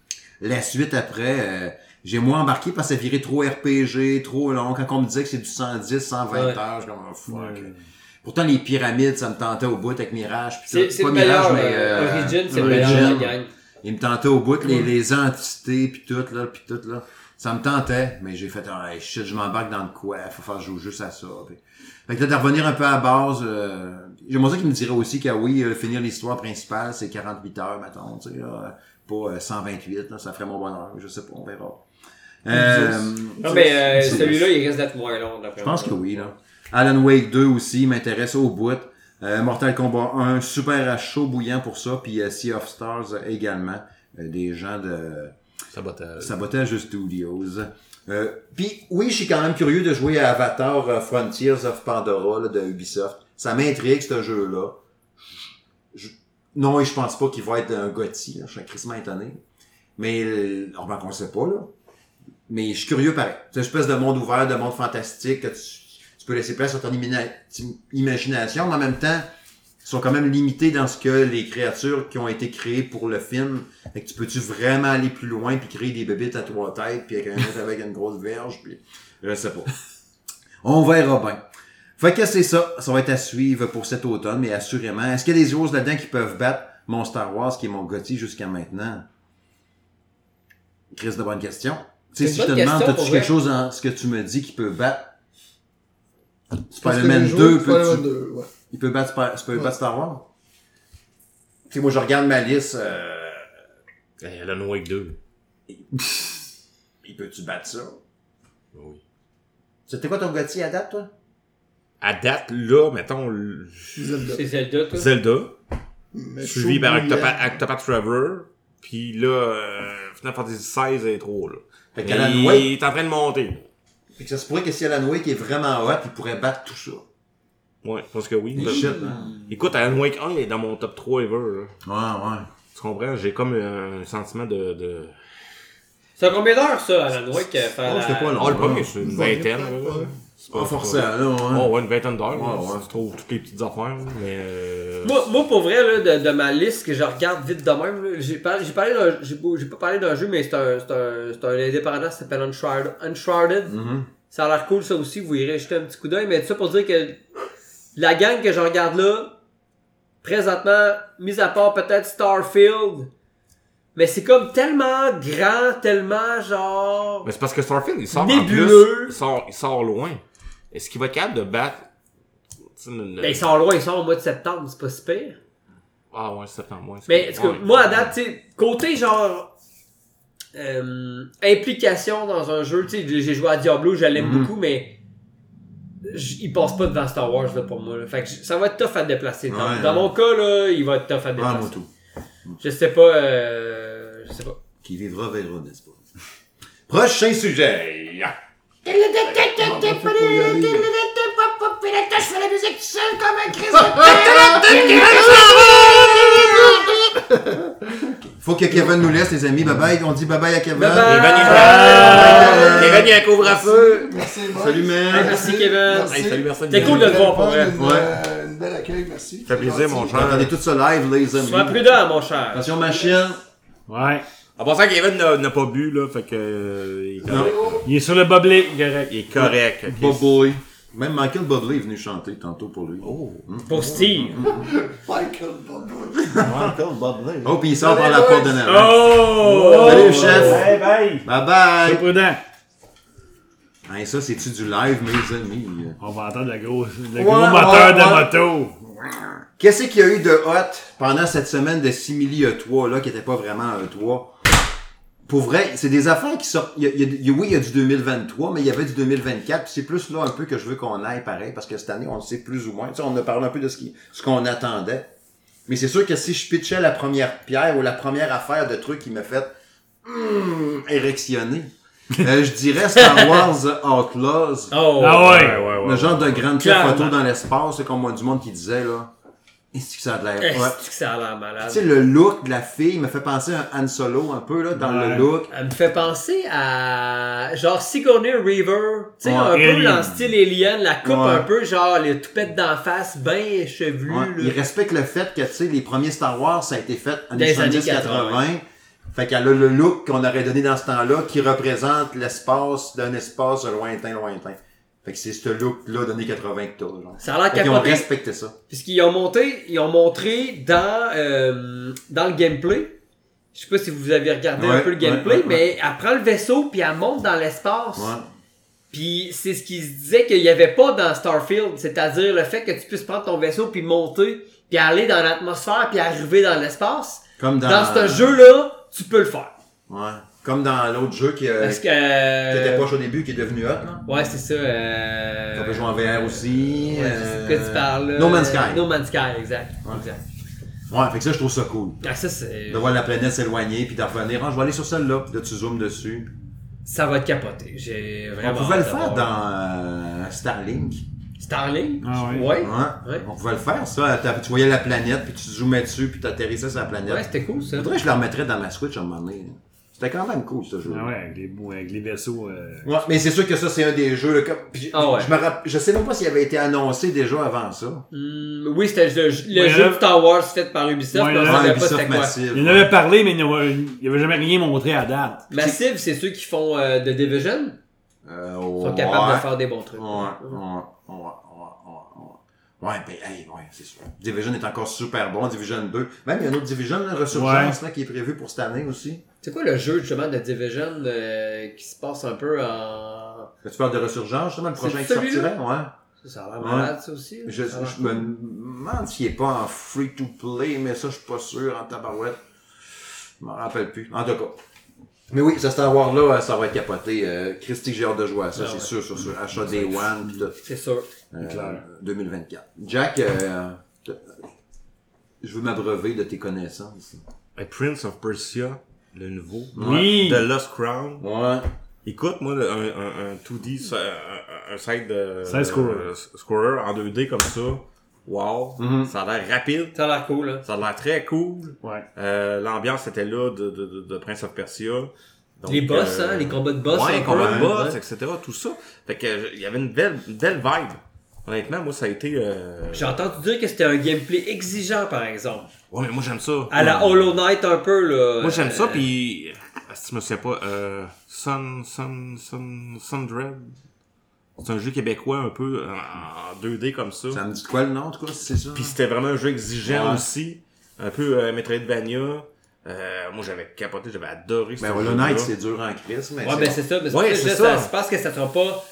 La suite après, euh, j'ai moins embarqué parce que ça virait trop R P G, trop long. Quand on me disait que c'est du cent dix, cent vingt Ouais. heures, je suis comme, oh, fuck. Ouais. Pourtant, les pyramides, ça me tentait au bout avec Mirage. Pis C'est, tout. c'est Pas le Mirage, meilleur. mais... Euh, Euh, Origin, c'est le Origin. meilleur de la gang. Il me tentait au bout, les, les entités, pis tout, là, pis tout, là. Ça me tentait, mais j'ai fait, ah, hey, shit, je m'embarque dans le quoi, faut faire jouer juste à ça. Pis... Fait que là, de revenir un peu à la base, euh... j'aimerais ça qu'il me dirait aussi que oui, euh, finir l'histoire principale, c'est quarante-huit heures, mettons, tu sais, là, pas euh, cent vingt-huit, là, ça ferait mon bonheur, je sais pas, on verra. Euh, Non, mais euh, celui-là, il risque d'être moins long. Je pense que oui, là. Alan Wake deux aussi m'intéresse au bout. Euh, Mortal Kombat un, super à chaud bouillant pour ça, puis euh, Sea of Stars euh, également, euh, des gens de Sabotage. Sabotage Studios. Euh, puis oui, je suis quand même curieux de jouer à Avatar euh, Frontiers of Pandora là, de Ubisoft. Ça m'intrigue ce jeu-là. Je... Non, je pense pas qu'il va être un Gotti, là. Je suis crissement étonné. Mais euh, on ne le sait pas, là. Mais je suis curieux pareil. C'est une espèce de monde ouvert, de monde fantastique que tu, tu peux laisser place à ton imina- imagination, mais en même temps, ils sont quand même limités dans ce que les créatures qui ont été créées pour le film. Fait que tu peux-tu vraiment aller plus loin puis créer des bébites à trois têtes puis avec un mec avec une grosse verge puis je sais pas. On verra bien. Fait que c'est ça. Ça va être à suivre pour cet automne, mais assurément. Est-ce qu'il y a des choses là-dedans qui peuvent battre mon Star Wars qui est mon Gotti jusqu'à maintenant? Chris, de bonne question. Tu sais, si je te demande, as-tu quelque chose dans ce que tu me dis qui peut battre Spider-Man deux, Spider-Man deux, ouais. Il peut battre, Sp- il peut battre Star Wars? Tu sais, moi, je regarde ma liste, euh... Hey, Alan Wake deux. Il peut-tu battre ça? Oui. C'était quoi ton Gotti à date, toi? À date, là, mettons, le- Zelda. C'est Zelda, toi. Zelda, Mais suivi chaud par bouillant. Octopath, Octopath Traveler, puis là, euh, Final Fantasy seize est trop, là. Fait Mais qu'Alan il Wake, est en train de monter. fait que ça se pourrait que si Alan Wake est vraiment hot, il pourrait battre tout ça. Ouais, je pense que oui. Shit, hein? Écoute, Alan Wake un est dans mon top trois ever, là. Ouais, ouais. Tu comprends? J'ai comme un sentiment de... de... C'est combien d'heures, ça, Alan Wake, euh, faire Oh, la... c'était pas long. Oh, le premier, c'est une vingtaine, là. Ouais. C'est Pas forcé, c'est pas- là, ouais. Oh, ouais, une vingtaine d'heures, là. Ouais, ouais. Tu trouves toutes les petites affaires, là, mais... Euh... Moi, moi, pour vrai, là, de, de ma liste que je regarde vite de même, là, j'ai parlé, j'ai parlé d'un, j'ai, pas- j'ai pas parlé d'un jeu, mais c'est un, c'est un, c'est un indépendant qui s'appelle Uncharted. Uncharted. Mhm. Ça a l'air cool, ça aussi, vous irez jeter un petit coup d'œil, mais tout ça pour dire que la gang que je regarde là, présentement, mis à part peut-être Starfield, mais c'est comme tellement grand, tellement genre... Mais c'est parce que Starfield, il sort Nébuleux. en plus, il sort, il sort loin. Est-ce qu'il va être capable de battre... tu sais, le- le- Ben, il sort loin, il sort au mois de septembre, c'est pas si pire. Ah ouais, septembre, ouais. c'est Mais, pas- en tout cas, ouais. moi, à date, tu sais, côté genre, euh, implication dans un jeu, tu sais, j'ai joué à Diablo, je l'aime Mhm. beaucoup, mais j- il passe pas devant Star Wars, là, pour moi, là. Fait que j- ça va être tough à déplacer. Dans, Ouais, dans ouais. mon cas, là, il va être tough à Ah, déplacer. moi tout. Je sais pas, euh, je sais pas. Qui vivra verra, n'est-ce pas? Prochain sujet. Ah, ben, faut y aller. Faut que Kevin nous laisse, les amis. Bye bye. On dit bye bye à Kevin. Bye bye. Kevin, il Bye. Kevin, il y a un couvre-feu. Merci, Mike. Salut, man. Merci, Kevin. Merci. Hey, salut, personne. C'était cool de te voir, pour vrai. Une, Ouais. euh, une belle accueil, merci. Ça fait plaisir, mon Vous cher. entendez tout ça live, les amis. Sois prudent, mon cher. Attention, machine. Ouais. En passant, Kevin n'a n'a pas bu, là, fait que... euh, il est correct. Il est sur le boblé, correct. Il est correct. ok. Boboy. Même Michael Bublé est venu chanter tantôt pour lui. Oh. Pour Steve. Michael Bubba. Michael Bublé. Oh, puis il sort par la porte de Noël. Oh! Salut, chef. Bye bye. Bye bye. Sois prudent. Hey, ça, c'est-tu du live, mes amis? On va entendre le gros, le Ouais, gros ouais, moteur de ouais. moto. Qu'est-ce qu'il y a eu de hot pendant cette semaine de Simili E trois, là, qui était pas vraiment un E trois? Pour vrai, c'est des affaires qui sortent. Il y a, il y a- il y a- oui, il y a du deux mille vingt-trois, mais il y avait du deux mille vingt-quatre. Puis c'est plus là un peu que je veux qu'on aille pareil, parce que cette année, on le sait plus ou moins. Tu sais, on a parlé un peu de ce qui, ce qu'on attendait. Mais c'est sûr que si je pitchais la première pierre ou la première affaire de truc qui m'a fait hum, érectionner, euh, je dirais Star Wars Outlaws. Oh! Ah ouais. ouais, Le genre de grande pierre Clairement. photo dans l'espace, c'est comme moi du monde qui disait là. Est-ce que ça a de l'air? Est-ce Ouais. que ça a l'air malade? Tu sais, le look de la fille me fait penser à Han Solo un peu là, dans Ouais. le look. Elle me fait penser à genre Sigourney Weaver, tu sais, Ouais, un peu Alien. dans le style Alien, la coupe Ouais. un peu genre les toupettes d'en face, bien chevelues. Ouais. là. Il respecte le fait que tu sais, les premiers Star Wars, ça a été fait en Des années années soixante-dix quatre-vingts. Fait qu'elle a le look qu'on aurait donné dans ce temps-là qui représente l'espace d'un espace lointain, lointain. Fait que c'est ce look-là d'années quatre-vingts que t'as, genre. Ça a l'air Fait qu'ils ont capoté. respecté ça. Puisqu'ils ont monté, ils ont montré dans, euh, dans le gameplay. Je sais pas si vous avez regardé Ouais, un peu le gameplay, ouais, ouais, mais elle prend le vaisseau puis elle monte dans l'espace. Ouais. Puis c'est ce qu'ils se disaient qu'il y avait pas dans Starfield, c'est-à-dire le fait que tu puisses prendre ton vaisseau puis monter, puis aller dans l'atmosphère puis arriver dans l'espace. Comme dans... Dans ce jeu-là, tu peux le faire. Ouais. Comme dans l'autre jeu qui, euh, Parce que... qui était poche au début, qui est devenu hot, là. Ouais, c'est ça. Euh... On peut jouer en V R aussi. Ouais, euh, c'est ce que tu parles. là. No Man's Sky. No Man's Sky, exact. Ouais. exact. Ouais, fait que ça, je trouve ça cool. Ah, ça, c'est... De voir la planète s'éloigner, puis d'en revenir. Ah, je vais aller sur celle-là, puis là, tu zoomes dessus. Ça va te capoter. J'ai vraiment... On pouvait le hâte faire d'avoir- dans euh, Starlink. Starlink? Ah ouais. Ouais. Ouais. Ouais. On pouvait le faire, ça. T'as- Tu voyais la planète, puis tu zoomais dessus, puis t'atterrissais sur la planète. Ouais, c'était cool, ça. Faudrait que je le remettrais dans ma Switch à un moment donné. C'était quand même cool, ce jeu. Ah ouais, avec les, bou- avec les vaisseaux. Euh... Ouais, mais c'est sûr que ça, c'est un des jeux. Là, comme... puis, Ah ouais. je, me rapp... je sais même pas s'il avait été annoncé déjà avant ça. Hmm, oui, c'était le, le Ouais, jeu là- de Star Wars fait par Ubisoft, Ouais, mais on là- savait Ouais, pas c'était Ubisoft quoi. Massive. Il en avait parlé, mais il n'avait il avait jamais rien montré à date. Massive, c'est ceux qui font euh, de Division. Euh, Ils sont ouais. capables de faire des bons trucs. Ouais, ouais, ouais, ouais, ouais, ouais. Ouais, ben, hey, ouais, c'est sûr. Division est encore super bon, Division deux. Même, il y a un autre Division, là, Resurgence, là, qui est prévu pour cette année aussi. C'est quoi le jeu, justement, de Division euh, qui se passe un peu en... Là, tu parles de Resurgence, justement, le C'est prochain qui celui-là? sortirait, ouais. Ça, ça a l'air Ouais. malade, ça aussi. Je, Ça a l'air je me cool. demande s'il est pas en free-to-play, mais ça, je suis pas sûr, en tabarouette. Je m'en rappelle plus. En tout cas. Mais oui, ce Star Wars-là, ça va être capoté. Euh, Christy, j'ai hâte de jouer à ça, Ah c'est ouais. sûr, sûr, sûr. Achat Day One, pis tout. C'est sûr. Euh, clair. deux mille vingt-quatre. Jack, euh, t- je veux m'abreuver de tes connaissances. A Prince of Persia, le nouveau. Oui. The Lost Crown. Ouais. Écoute, moi, un, un, un deux D, ça- un, un side de... Side-scroller. euh, scroller en deux D comme ça. Wow. Mhm. Ça a l'air rapide. Ça a l'air cool, hein. Ça a l'air très cool. Ouais. Euh, l'ambiance était là de, de, de, de Prince of Persia. Donc, Les boss, euh, hein, les combats de boss. Ouais, un les combats peu, de boss, ouais. et cetera. Tout ça. Fait que, euh, il y avait une belle, une belle vibe. Honnêtement, moi, ça a été... Euh... J'ai entendu dire que c'était un gameplay exigeant, par exemple. Ouais, mais moi, j'aime ça. À la Hollow Knight, un peu, là. Moi, j'aime ça, Euh, pis... Si tu me sais pas, euh... Sun... Sun... Sun... Sundred... C'est un jeu québécois, un peu, en deux D comme ça. Ça me dit de quoi le nom, en tout cas, si c'est ça? Puis c'était vraiment un jeu exigeant Ouais. aussi. Un peu euh, Metroidvania. Euh, moi, j'avais capoté, j'avais adoré ce Ben, jeu. Hollow Knight, c'est dur en crise, mais Ouais, ben c'est ça. Mais Ouais, c'est c'est ça. ça. Je pense que ça sera pas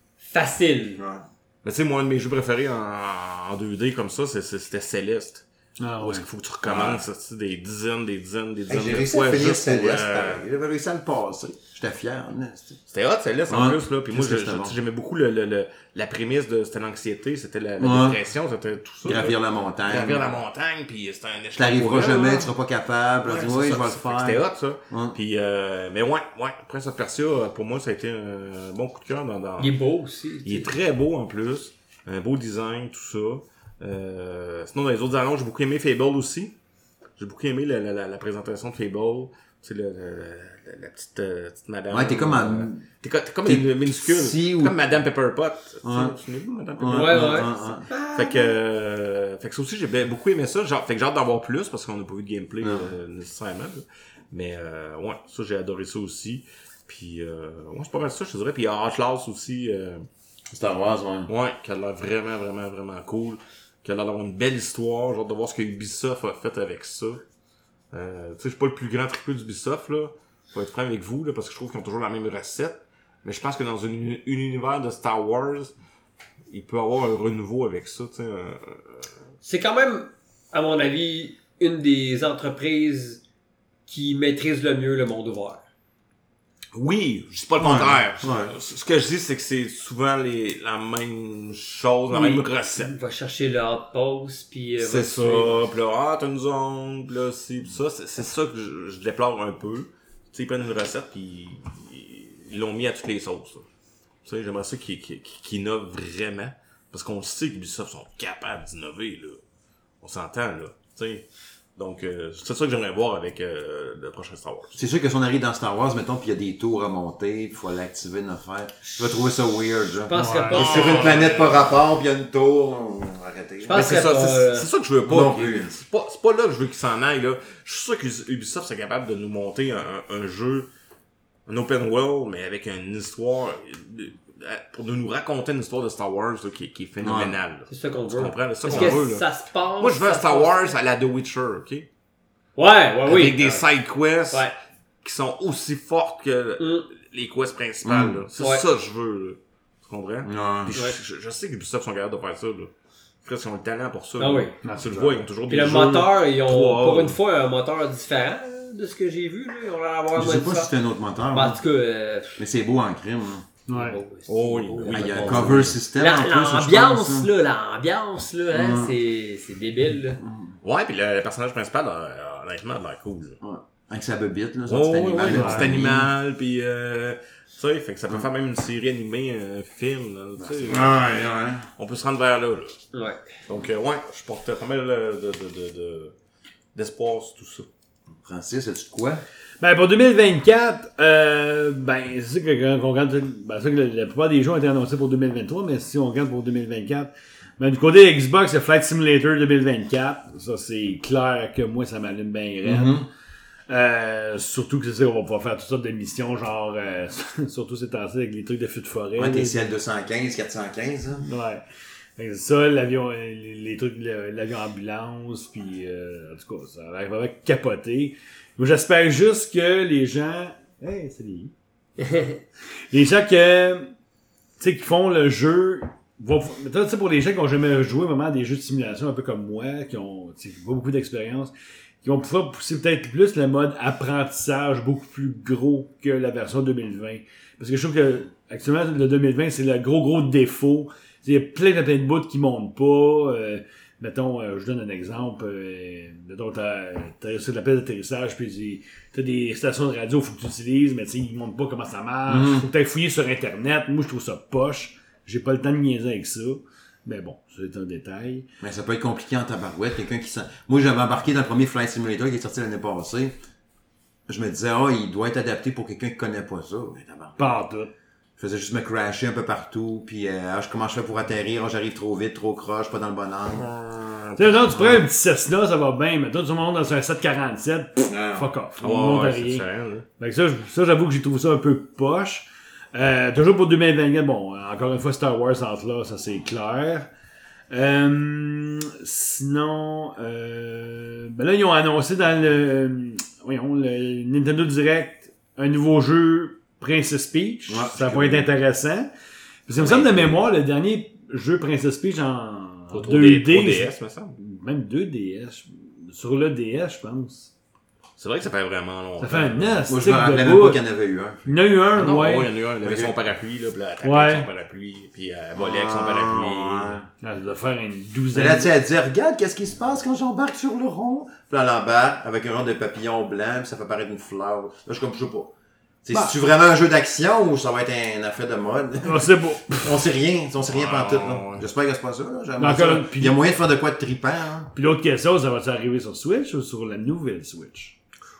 facile. Ouais. Mais tu sais, moi, un de mes jeux préférés en, en deux D comme ça, c'est- c'est- c'était Céleste. Ah Où ouais. est-ce qu'il faut que tu recommences tu sais, des dizaines, des dizaines, des Hey, dizaines j'ai de réussi fois. à finir juste pour, Céleste, euh, pareil. J'avais réussi à le passer. J'étais fier, hein, c'était- C'était hot, Céleste, en Ouais. plus, là. Puis moi, Qu'est-ce que je- c'était je- bon. j'aimais beaucoup le, le, le- la prémisse de, c'était l'anxiété, c'était la, la Ouais. dépression, c'était tout ça. Gravir là. la montagne. Gravir la montagne, puis c'était un échelon. Tu t'arriveras pour elle, jamais, là. tu seras pas capable. Ouais, tu dis, c'est oui, ça. je vais le Fait que faire. C'était hot, ça. Ouais. Puis, euh, mais ouais, ouais, Prince of Persia, euh, pour moi, ça a été un bon coup de cœur dans, dans... Il est beau aussi. Il est très beau, en plus. Un beau design, tout ça. Euh, sinon, dans les autres annonces, j'ai beaucoup aimé Fable aussi. J'ai beaucoup aimé la, la, la, la présentation de Fable. Tu sais, le, le- la, la petite, euh, petite madame. Ouais, t'es comme en- euh, T'es, co- t'es comme t'es une minuscule. petit T'es ou- comme Madame Pepperpot. Tu sais, Ouais. tu te souviens de Madame Ouais, Pepperpot? Ouais, ouais. ouais. Fait que, euh, fait que ça aussi, j'ai bien- beaucoup aimé ça. Genre, fait que j'ai hâte d'en voir plus parce qu'on n'a pas vu de gameplay euh, nécessairement. là. Mais euh, ouais, ça, j'ai adoré ça aussi. Puis, euh, ouais, c'est pas mal ça, je te dirais. Puis Outlast aussi, euh, Star Wars, ouais. ouais, qui a l'air vraiment, vraiment, vraiment cool. Qui a l'air d'avoir une belle histoire. Genre de voir ce que Ubisoft a fait avec ça. Euh, tu sais, je suis pas le plus grand triple d'Ubisoft, là. Faut être franc avec vous, là, parce que je trouve qu'ils ont toujours la même recette. Mais je pense que dans un, un univers de Star Wars, il peut y avoir un renouveau avec ça, tu sais. euh, C'est quand même, à mon avis, une des entreprises qui maîtrise le mieux le monde ouvert. Oui, je dis pas le Ouais, contraire. ouais. Ce que je dis, c'est que c'est souvent les, la même chose, la Oui. même recette. Il va chercher le outpost, puis... euh, C'est va ça, tuer. pis là, ah, t'as une zone, pis là, ci, pis ça. C'est, c'est ça que je, je déplore un peu. Tu sais, ils prennent une recette, pis ils, ils l'ont mis à toutes les sauces, là. Tu sais, j'aimerais ça qu'ils, qu'ils, qu'ils innovent vraiment. Parce qu'on sait que Ubisoft sont capables d'innover, là. On s'entend, là. Tu sais. Donc, euh, c'est ça que j'aimerais voir avec euh, le prochain Star Wars. C'est sûr que si on arrive dans Star Wars, mettons, pis il y a des tours à monter, pis faut l'activer, une affaire. Je vais trouver ça weird, genre. Je penserais Ouais. pas... Et sur une planète par rapport, pis il y a une tour, arrêtez. Je Mais pense c'est que ça, pas, c'est, euh, c'est ça que je veux pas. Non plus. C'est pas, c'est pas là que je veux qu'ils s'en aillent, là. Je suis sûr que Ubisoft c'est capable de nous monter un, un jeu un open world, mais avec une histoire, pour nous raconter une histoire de Star Wars là, qui, qui est phénoménale. Ouais. C'est ça qu'on tu veut. comprends? C'est ça Parce qu'on que veut, là. ça se passe. Moi, je veux un Star Wars à la The Witcher, ok? Ouais, ouais, oui. Avec des side quests ouais. qui sont aussi fortes que Mm. les quests principales, Mm. là. C'est Ouais. ça que je veux, là. Tu comprends? Ouais. Puis je, je, je sais que Ubisoft sont capables de faire ça, là. Presque, ils ont le talent pour ça. Ah là. oui. Tu le vois, ils ont toujours Puis des le jeux moteur, ils ont trois pour A. une fois un moteur différent de ce que j'ai vu. Là. Ils ont l'air d'avoir un Je sais mode pas si différent. c'est un autre moteur. Ben, en hein. tout cas, euh, Mais c'est beau en crime. Hein. Ouais. bon, c'est Oh oui, beau, oui. là. Ah, il y a un Bon, cover system La- en plus. je L'ambiance, pense, hein. là, l'ambiance, là, hein, Mm. c'est, c'est débile, là. Ouais, pis le, le personnage principal, euh, honnêtement, a l'air cool. Là. Ouais. Avec sa bebite, là, son Oh, petit ouais, animal. ouais, le le petit petit animal, pis euh, tu sais, fait que ça peut faire même une série animée, un film, là, tu sais. Ouais, ouais. On peut se rendre vers là, là. Ouais. Donc, euh, ouais, je portais pas mal euh, de, de, de, de, d'espoir sur tout ça. Francis, as-tu de quoi? Ben, pour deux mille vingt-quatre, euh, ben, c'est sûr que quand on regarde, ben, c'est sûr que la, la plupart des jeux ont été annoncés pour deux mille vingt-trois, mais si on regarde pour deux mille vingt-quatre, ben, du côté Xbox, c'est Flight Simulator deux mille vingt-quatre. Ça, c'est clair que moi, ça m'allume bien raide. Mm-hmm. Euh, surtout que c'est ça, on va pouvoir faire toutes sortes de missions, genre, euh, surtout ces temps-ci avec les trucs de feu de forêt. Ouais, là. t'es C L deux cent quinze, quatre cent quinze, hein? Ouais. Fait que ça, l'avion, euh, les, les trucs, le- l'avion ambulance, puis euh, en tout cas, ça a l'air vraiment capoté. Moi, j'espère juste que les gens, hey, salut. Les gens que, tu sais, qui font le jeu, vont, tu sais, pour les gens qui ont jamais joué vraiment à des jeux de simulation, un peu comme moi, qui ont, tu sais, pas beaucoup d'expérience, qui vont pouvoir pousser peut-être plus le mode apprentissage beaucoup plus gros que la version deux mille vingt. Parce que je trouve que, actuellement, le deux mille vingt, c'est le gros, gros défaut. Il y a plein de plein de bouts qui montent pas. Euh, mettons, euh, je donne un exemple. Euh, mettons, t'as, t'as sur la piste d'atterrissage, puis t'as des stations de radio, faut que tu utilises, mais tu sais, ils montrent pas comment ça marche. Mm. Faut que t'ailles fouiller sur Internet. Moi, je trouve ça poche. J'ai pas le temps de niaiser avec ça. Mais bon, c'est un détail. Mais ça peut être compliqué en tabarouette. Quelqu'un qui sent... Moi, j'avais embarqué dans le premier Flight Simulator qui est sorti l'année passée. Je me disais, ah, oh, il doit être adapté pour quelqu'un qui connaît pas ça. Mais tabarouette. Pas en tout. Je faisais juste me crasher un peu partout, puis euh, ah, je comment je fais pour atterrir, ah, j'arrive trop vite, trop croche, pas dans le bon angle. Tu sais, non, tu prends un petit Cessna, ça va bien, mais toi, tu montes dans un sept quarante-sept, pff, Ah. fuck off. Oh, On monte à ouais, c'est rien. différent, là. Fait que ça, je- ça, j'avoue que j'ai trouvé ça un peu poche. Euh, toujours pour deux mille vingt-quatre, bon, encore une fois, Star Wars entre là, ça c'est clair. Euh, sinon, euh, ben là, ils ont annoncé dans le, euh, voyons, le Nintendo Direct un nouveau jeu Princess Peach. Ouais, ça je va être connais. intéressant. Parce que me semble de mémoire, le dernier jeu Princess Peach en Pour deux D, trois D S, me semble. même deux D S, sur le D S, je pense. C'est vrai que ça fait vraiment longtemps. Ça fait un neuf. Moi, je me rappelais même pas qu'il y en avait eu un. Il y en a eu un, Ah non, ouais. ouais, il y en a eu un. Il avait Ok. son parapluie, là, puis là, elle Ouais. avec son parapluie, puis elle volait avec son parapluie. Ah, Ah, ça doit faire une Mais douzaine. là, tu sais, elle dit, regarde, qu'est-ce qui se passe quand j'embarque sur le rond? Puis là, elle embarque avec un rond de papillon blanc, puis ça fait paraître une fleur. Là, je suis comme, je sais pas. Tu sais, Bah. c'est-tu vraiment un jeu d'action ou ça va être un affaire de mode? On sait pas. On sait rien, on sait rien Ah, pantoute, là. ouais. J'espère que c'est pas ça, là. J'aimerais Encore ça. une- Il y a moyen de faire de quoi de trippant, hein. Puis l'autre question, ça va-tu arriver sur Switch ou sur la nouvelle Switch?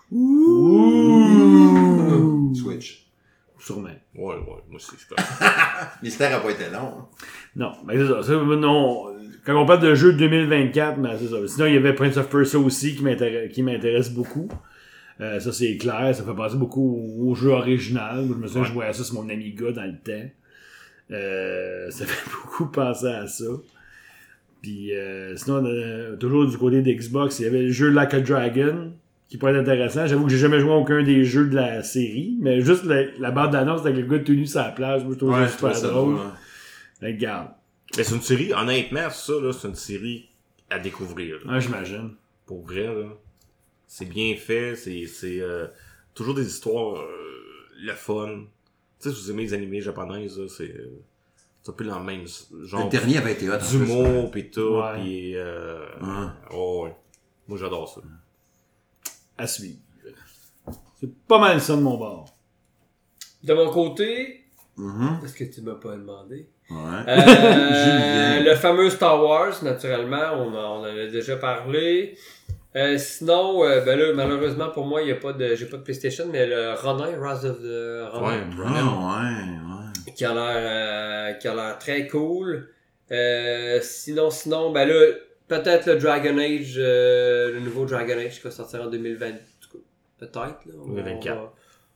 Ouh. Switch. Sûrement. Ouais, ouais, moi aussi, c'est comme Mystère a pas été long, hein. Non, mais c'est ça. ça, non. Quand on parle de jeu de deux mille vingt-quatre, ben c'est ça. Sinon, il y avait Prince of Persia aussi qui m'intéresse, qui m'intéresse beaucoup. Euh, ça, c'est clair. Ça fait penser beaucoup au, au jeu original. Moi, je me souviens, Ouais. je jouais à ça sur mon Amiga dans le temps. Euh, ça fait beaucoup penser à ça. Puis, euh, sinon, euh, toujours du côté d'Xbox, il y avait le jeu Like a Dragon, qui pourrait être intéressant. J'avoue que j'ai jamais joué à aucun des jeux de la série, mais juste la, la bande d'annonce avec le gars tout nu sur la plage, moi, je trouve ça je super trouve ça drôle. drôle, hein. Mais regarde, Mais c'est une série, honnêtement, ça, là, c'est une série à découvrir, là. hein, j'imagine. Pour vrai, là. C'est bien fait, c'est, c'est, euh, toujours des histoires, euh, le fun. Tu sais, si vous aimez les animés japonaises, là, c'est, euh, c'est un peu dans le même genre Le dernier avait été hot. en plus, d'humour pis tout, Ouais. pis euh, Ouais. oh, ouais. Moi, j'adore ça. À suivre. C'est pas mal ça de mon bord. De mon côté, Mhm. est-ce que tu m'as pas demandé? Ouais. Euh, Julien. le fameux Star Wars, naturellement, on en, on en a déjà parlé. Euh, sinon, euh, ben là, malheureusement pour moi, il y a pas de, j'ai pas de PlayStation, mais le Ronin, Rise of the Ronin, Ouais, Ouais, vraiment. ouais, ouais. qui a l'air, euh, qui a l'air très cool. Euh, sinon, sinon, ben là, peut-être le Dragon Age, euh, le nouveau Dragon Age qui va sortir en deux mille vingt, peut-être, là. On deux mille vingt-quatre. va-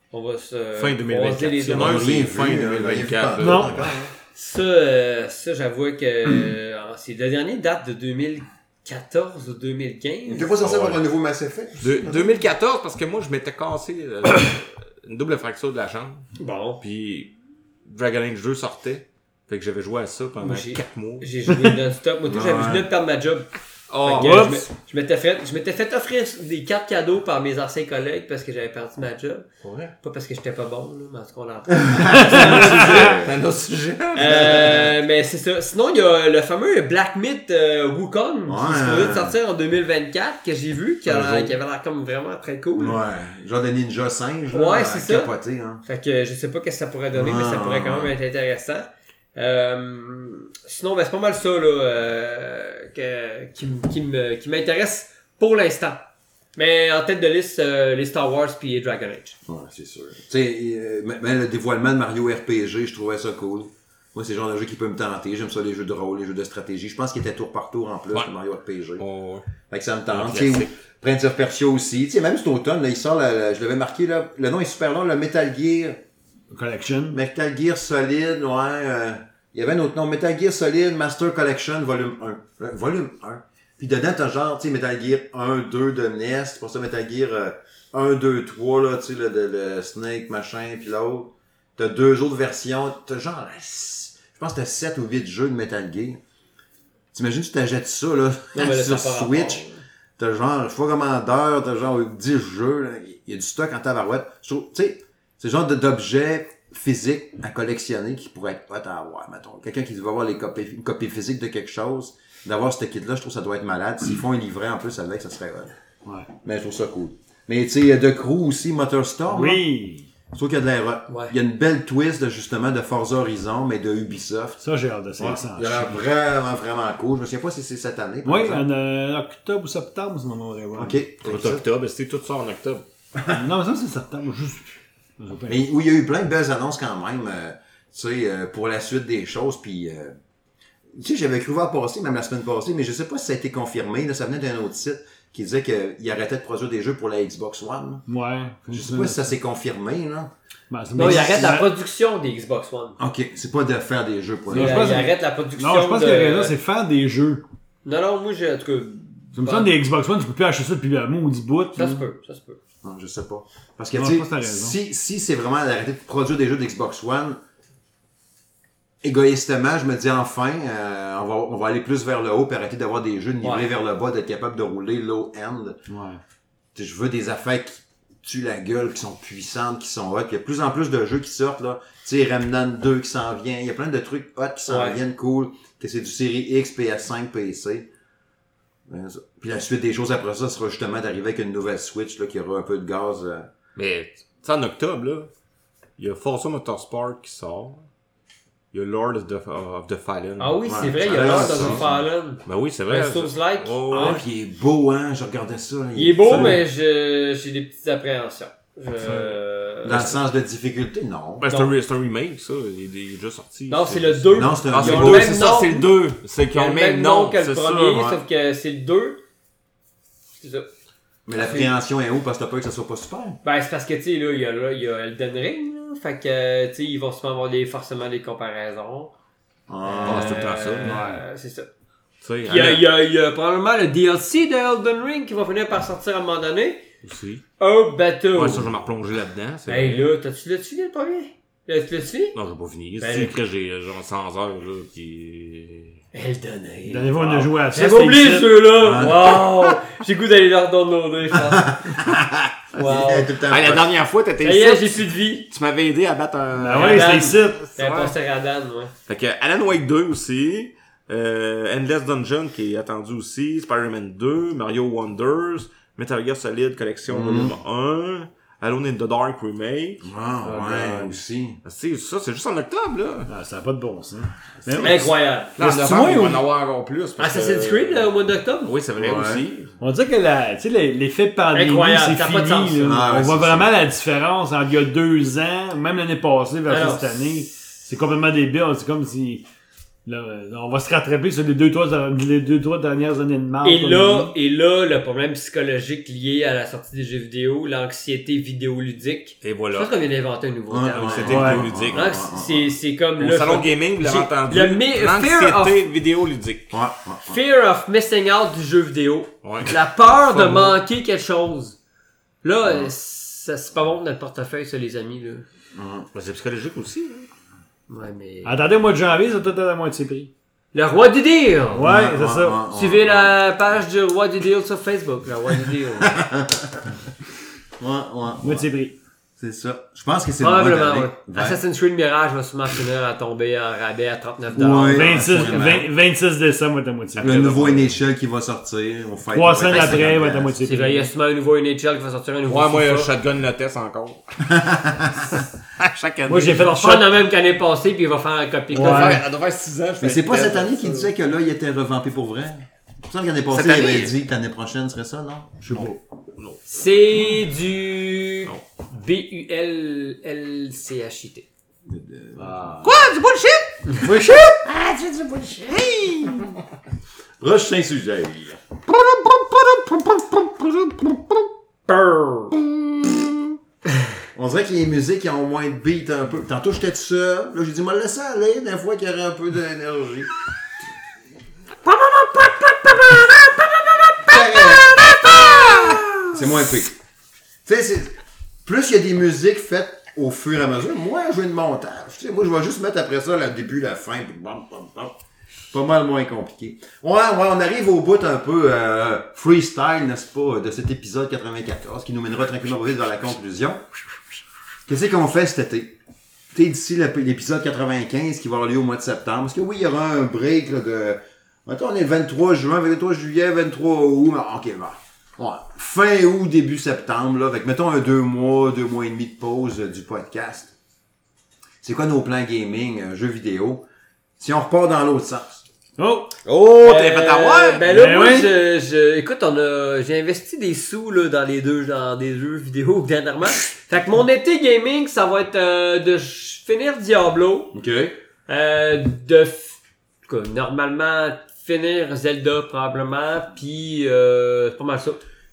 On va se. Fin deux mille vingt-quatre. les C'est deux. un, c'est Rien fin vu, deux mille vingt-quatre. euh, Non. encore, hein. Ça, euh, ça j'avoue que euh, c'est le dernier date de deux mille quatorze ou deux mille quinze. T'es pas censé Ouais. avoir un nouveau Mass Effect? De- deux mille quatorze, parce que moi, je m'étais cassé euh, une double fracture de la jambe. Bon. Puis Dragon Age deux sortait. Fait que j'avais joué à ça pendant Moi, j'ai- quatre mois. J'ai joué non-stop. Moi, tout, j'avais Ouais. je venais de perdre ma job. Oh, Fait que, euh, je oups. me- je m'étais fait, je m'étais fait offrir des cartes cadeaux par mes anciens collègues parce que j'avais perdu ma job. ouais. Pas parce que j'étais pas bon, là, mais en tout cas, on l'entend. C'est un autre sujet. Euh, mais c'est ça. Sinon, il y a le fameux Black Myth euh, Wukong qui Ouais. se devait sortir en deux mille vingt-quatre que j'ai vu, qui, a- Un jour. qui avait l'air comme vraiment très cool. Ouais. Genre de ninja singe. là, Ouais, à c'est ça. capoter, hein. Fait que je sais pas qu'est-ce que ça pourrait donner, mais ça Ah. pourrait quand même être intéressant. Euh, sinon, ben, c'est pas mal ça là, euh, que, qui, m- qui, me- qui m'intéresse pour l'instant. Mais en tête de liste, euh, les Star Wars puis Dragon Age. Ouais, c'est sûr. Tu sais, euh, même le dévoilement de Mario R P G, je trouvais ça cool. Moi, c'est le genre de jeu qui peut me tenter. J'aime ça, les jeux de rôle, les jeux de stratégie. Je pense qu'il était tour par tour en plus, Ouais. le Mario R P G. Oh, ouais. Fait que ça me Un tente. Tu sais, classique. ou Prince of Persia aussi. Tu sais, même cet automne, là, il sort, la- la- je l'avais marqué, là, le nom est super long, le Metal Gear. Collection. Metal Gear Solid, ouais. euh, il y avait un autre nom, Metal Gear Solid Master Collection, volume un. Euh, volume un. Puis dedans, t'as genre, tu sais, Metal Gear un, deux de N E S, pour ça Metal Gear euh, un, deux, trois, là, tu sais, le, le, le Snake, machin, puis l'autre. T'as deux autres versions. T'as genre, euh, six- je pense que t'as sept ou huit jeux de Metal Gear. T'imagines, tu t'achètes ça, là, Non, mais là, sur ça a pas Switch. rapport. T'as genre, je sais pas comment d'heures, t'as genre dix jeux, là. Il y a du stock en tabarouette. Je trouve, tu sais, c'est le genre de- d'objet physique à collectionner qui pourrait être hot à avoir, mettons. Quelqu'un qui va avoir les copies, une copie physique de quelque chose, d'avoir ce kit-là, je trouve que ça doit être malade. S'ils font un livret en plus avec, ça serait hot. Ouais. Mais je trouve ça cool. Mais tu sais, il y a The Crew aussi, Motorstorm. là. Oui. Je trouve qu'il y a de l'air hot. Ouais. Il y a une belle twist, de, justement, de Forza Horizon, mais de Ubisoft. Ça, j'ai hâte de ça. Ouais. ça. Il a l'air vraiment, vraiment cool. Je me souviens pas si c'est cette année. par Oui, exemple. en euh, octobre ou septembre, ce moment-là. Ouais. Ok. C'est octobre, c'était tout ça en octobre. Non, mais ça, c'est septembre. Juste. Je sais pas. Mais où il y a eu plein de belles annonces quand même, euh, tu sais, euh, pour la suite des choses, puis... Euh, tu sais, j'avais cru voir passer, même la semaine passée, mais je sais pas si ça a été confirmé, là, ça venait d'un autre site qui disait qu'il arrêtait de produire des jeux pour la Xbox One. Ouais. Je sais pas si ça s'est confirmé, là. Ben, c'est- Non, mais il c'est- arrête la c'est- production des Xbox One. Ok, c'est pas de faire des jeux pour Il, les je pense il que- arrête la production Non, je pense de... que la raison, c'est faire des jeux. Non, non, moi, j'ai, en tout cas... Ça me semble des Xbox One, tu peux plus acheter ça depuis un maudit bout. Ça là. se peut, ça se peut. Non, je sais pas. Parce que, Non, tu je pense que t'as sais, raison. si, si c'est vraiment d'arrêter de produire des jeux d'Xbox One, égoïstement, je me dis enfin, euh, on, va, on va aller plus vers le haut puis arrêter d'avoir des jeux nivelés Ouais. vers le bas, d'être capable de rouler low-end. Ouais. Tu sais, je veux des affaires qui tuent la gueule, qui sont puissantes, qui sont hot. Il y a de plus en plus de jeux qui sortent, là. Tu sais, Remnant deux qui s'en vient. Il y a plein de trucs hot qui s'en Ouais. viennent, cool. Que c'est du série X, P S cinq, P C. Ben, ça. Puis la suite des choses après ça sera justement d'arriver avec une nouvelle Switch, là, qui aura un peu de gaz. euh. Mais, tu sais, en octobre, là, il y a Forza Motorsport qui sort. Il y a Lord of the, of the Fallen. Ah oui, Ouais, c'est vrai, ça il y a a l'air l'air dans ça, un ça. Fallen. Ben oui, c'est vrai. Un Souls-like. Oh, Ah, ouais. puis il est beau, hein. Je regardais ça. là, Il est beau, ça, mais je, j'ai des petites appréhensions. Je... Dans le sens de difficulté, non. Ben, c'est Non. un, c'est un remake, ça. Il est, il est déjà sorti. Non, c'est le deux. Non, c'est un Ah, c'est Ils le ont deux, le c'est même ça, nom. c'est le deux. C'est Il qu'ils a ont le même nom que le c'est ça, premier, ouais. sauf que c'est le deux. C'est ça. Mais l'appréhension est où? Parce que t'as peur que ça soit pas super. Ben, c'est parce que, tu sais, là, il y a, là, il y a Elden Ring, là. Fait que, tu sais, ils vont sûrement avoir des, forcément des comparaisons. Ah, c'est tout le temps ça. Euh, c'est ça. Tu sais, Il y, a, Alan il, y a, il y a probablement le D L C de Elden Ring qui va finir par sortir à un moment donné. aussi. Un bateau. Ouais, ça, je vais me replonger là-dedans. c'est Hey, vrai. là, t'as-tu l'as-tu fini le premier? L'as-tu l'as-tu fini? Non, j'ai pas fini. Ben, C'est que j'ai genre cent heures, là, qui... Elden Ring. La dernière fois, on a joué à ça. J'avais c'était oublié ici. ceux-là! Wow! J'ai goût d'aller leur downloader, je pense. Wow. Il est tout le temps Hey, la pas- dernière fois, t'étais Ça y est, j'ai ici. plus de vie. Tu m'avais aidé à battre un... Ah ouais, Adam. c'était ici. C'est un poster à Dan, ouais. Fait que Alan Wake deux aussi, euh, Endless Dungeon qui est attendu aussi, Spider-Man deux, Mario Wonders, Metal Gear Solid Collection volume un, Alone in the Dark Remake. Ah, ouais, ouais. aussi. C'est ça, c'est juste en octobre, là. Ah, ça n'a pas de bon sens. Mais- Incroyable. Là, en c'est-tu novembre, moi on ou- va en avoir encore plus. parce que- Assassin's Creed, là, au mois d'octobre? Oui, c'est vrai Ouais. aussi. On dirait que la, tu sais, l'effet pandémie, Incroyable, c'est ça a fini. pas de sens. là. Ah, ouais, on voit c'est vraiment la différence entre il y a deux ans, même l'année passée versus Alors, cette année. C'est complètement débile. C'est comme si Là, on va se rattraper sur les deux, trois, les deux, trois dernières années de marde. Et là, et là, le problème psychologique lié à la sortie des jeux vidéo, l'anxiété vidéoludique. Et Je voilà. pense qu'on vient d'inventer un nouveau Ouais, terme. L'anxiété Ouais. vidéoludique. Donc, c'est, c'est comme Au le salon gaming, vous l'avez j'ai- entendu. le mi- fear L'anxiété of- vidéoludique. Ouais, ouais, ouais. fear of missing out du jeu vidéo. Ouais. La peur de Faut- manquer quelque chose. Là, euh, ça, c'est pas bon pour notre portefeuille, ça, les amis, là. Ben, c'est psychologique aussi. Hein. Ouais, mais... Attendez, au mois de janvier, ça doit être à la moitié prix. Le roi du deal! Ouais, c'est ça. ouais, Suivez la page du roi du deal sur Facebook, le roi du deal. Ouais, ouais. Moitié prix. C'est ça. Je pense que c'est le moment Probablement, d'aller ouais. vers- Assassin's Creed Mirage va sûrement finir à tomber en rabais à trente-neuf dollars. Ouais. vingt-six, absolument. vingt, vingt-six décembre, va être à moitié prix. Le nouveau N H L qui va sortir. On fait Trois semaines après, va être à moitié C'est vrai, il y a sûrement un nouveau N H L qui va sortir un nouveau Ouais, moi, FIFA. Shotgun le test encore. Chaque année. Moi, j'ai Il fait va le faire shot. la même qu'année passée, puis il va faire un copier-coller. Ouais. Elle doit faire six ans. je Mais fais c'est le pas test, cette année ça. qu'il disait que là, il était revampé pour vrai. C'est pour ça l'année passée, Cette il année? avait dit que l'année prochaine serait ça, non? Je sais pas. C'est du Non. B U L L C H I T. Quoi? Du bullshit? Prochain sujet. Brrr. On dirait que les musiques qui ont moins de beat un peu. Tantôt, j'étais tout seul. Là, j'ai dit, moi, laisse aller des fois qu'il y aurait un peu d'énergie. C'est moins pire. Tu sais, c'est... plus il y a des musiques faites au fur et à mesure, moins je veux de montage. Tu sais, moi, je vais juste mettre après ça le début, la fin, puis bam, bam, bam. Pas mal moins compliqué. Ouais, ouais, on arrive au bout un peu euh, freestyle, n'est-ce pas, de cet épisode quatre-vingt-quatorze, qui nous mènera tranquillement vite vers la conclusion. Qu'est-ce qu'on fait cet été? Tu sais, d'ici l'épisode quatre-vingt-quinze qui va avoir lieu au mois de septembre, parce que oui, il y aura un break là, de... Maintenant, on est le vingt-trois juin, vingt-trois juillet, vingt-trois août, mais ok, bah. Ouais. Fin août, début septembre, là, avec, mettons, un deux mois, deux mois et demi de pause euh, du podcast. C'est quoi nos plans gaming, euh, jeux vidéo? Si on repart dans l'autre sens. Oh! Oh, t'es fait avoir? Ben là, Ben moi, oui. je, je, écoute, on a, j'ai investi des sous, là, dans les deux, dans des jeux vidéo, dernièrement. Fait que mon été gaming, ça va être, euh, de ch- finir Diablo, OK. euh, de, f- quoi, normalement, finir Zelda, probablement, pis, euh, c'est pas mal ça.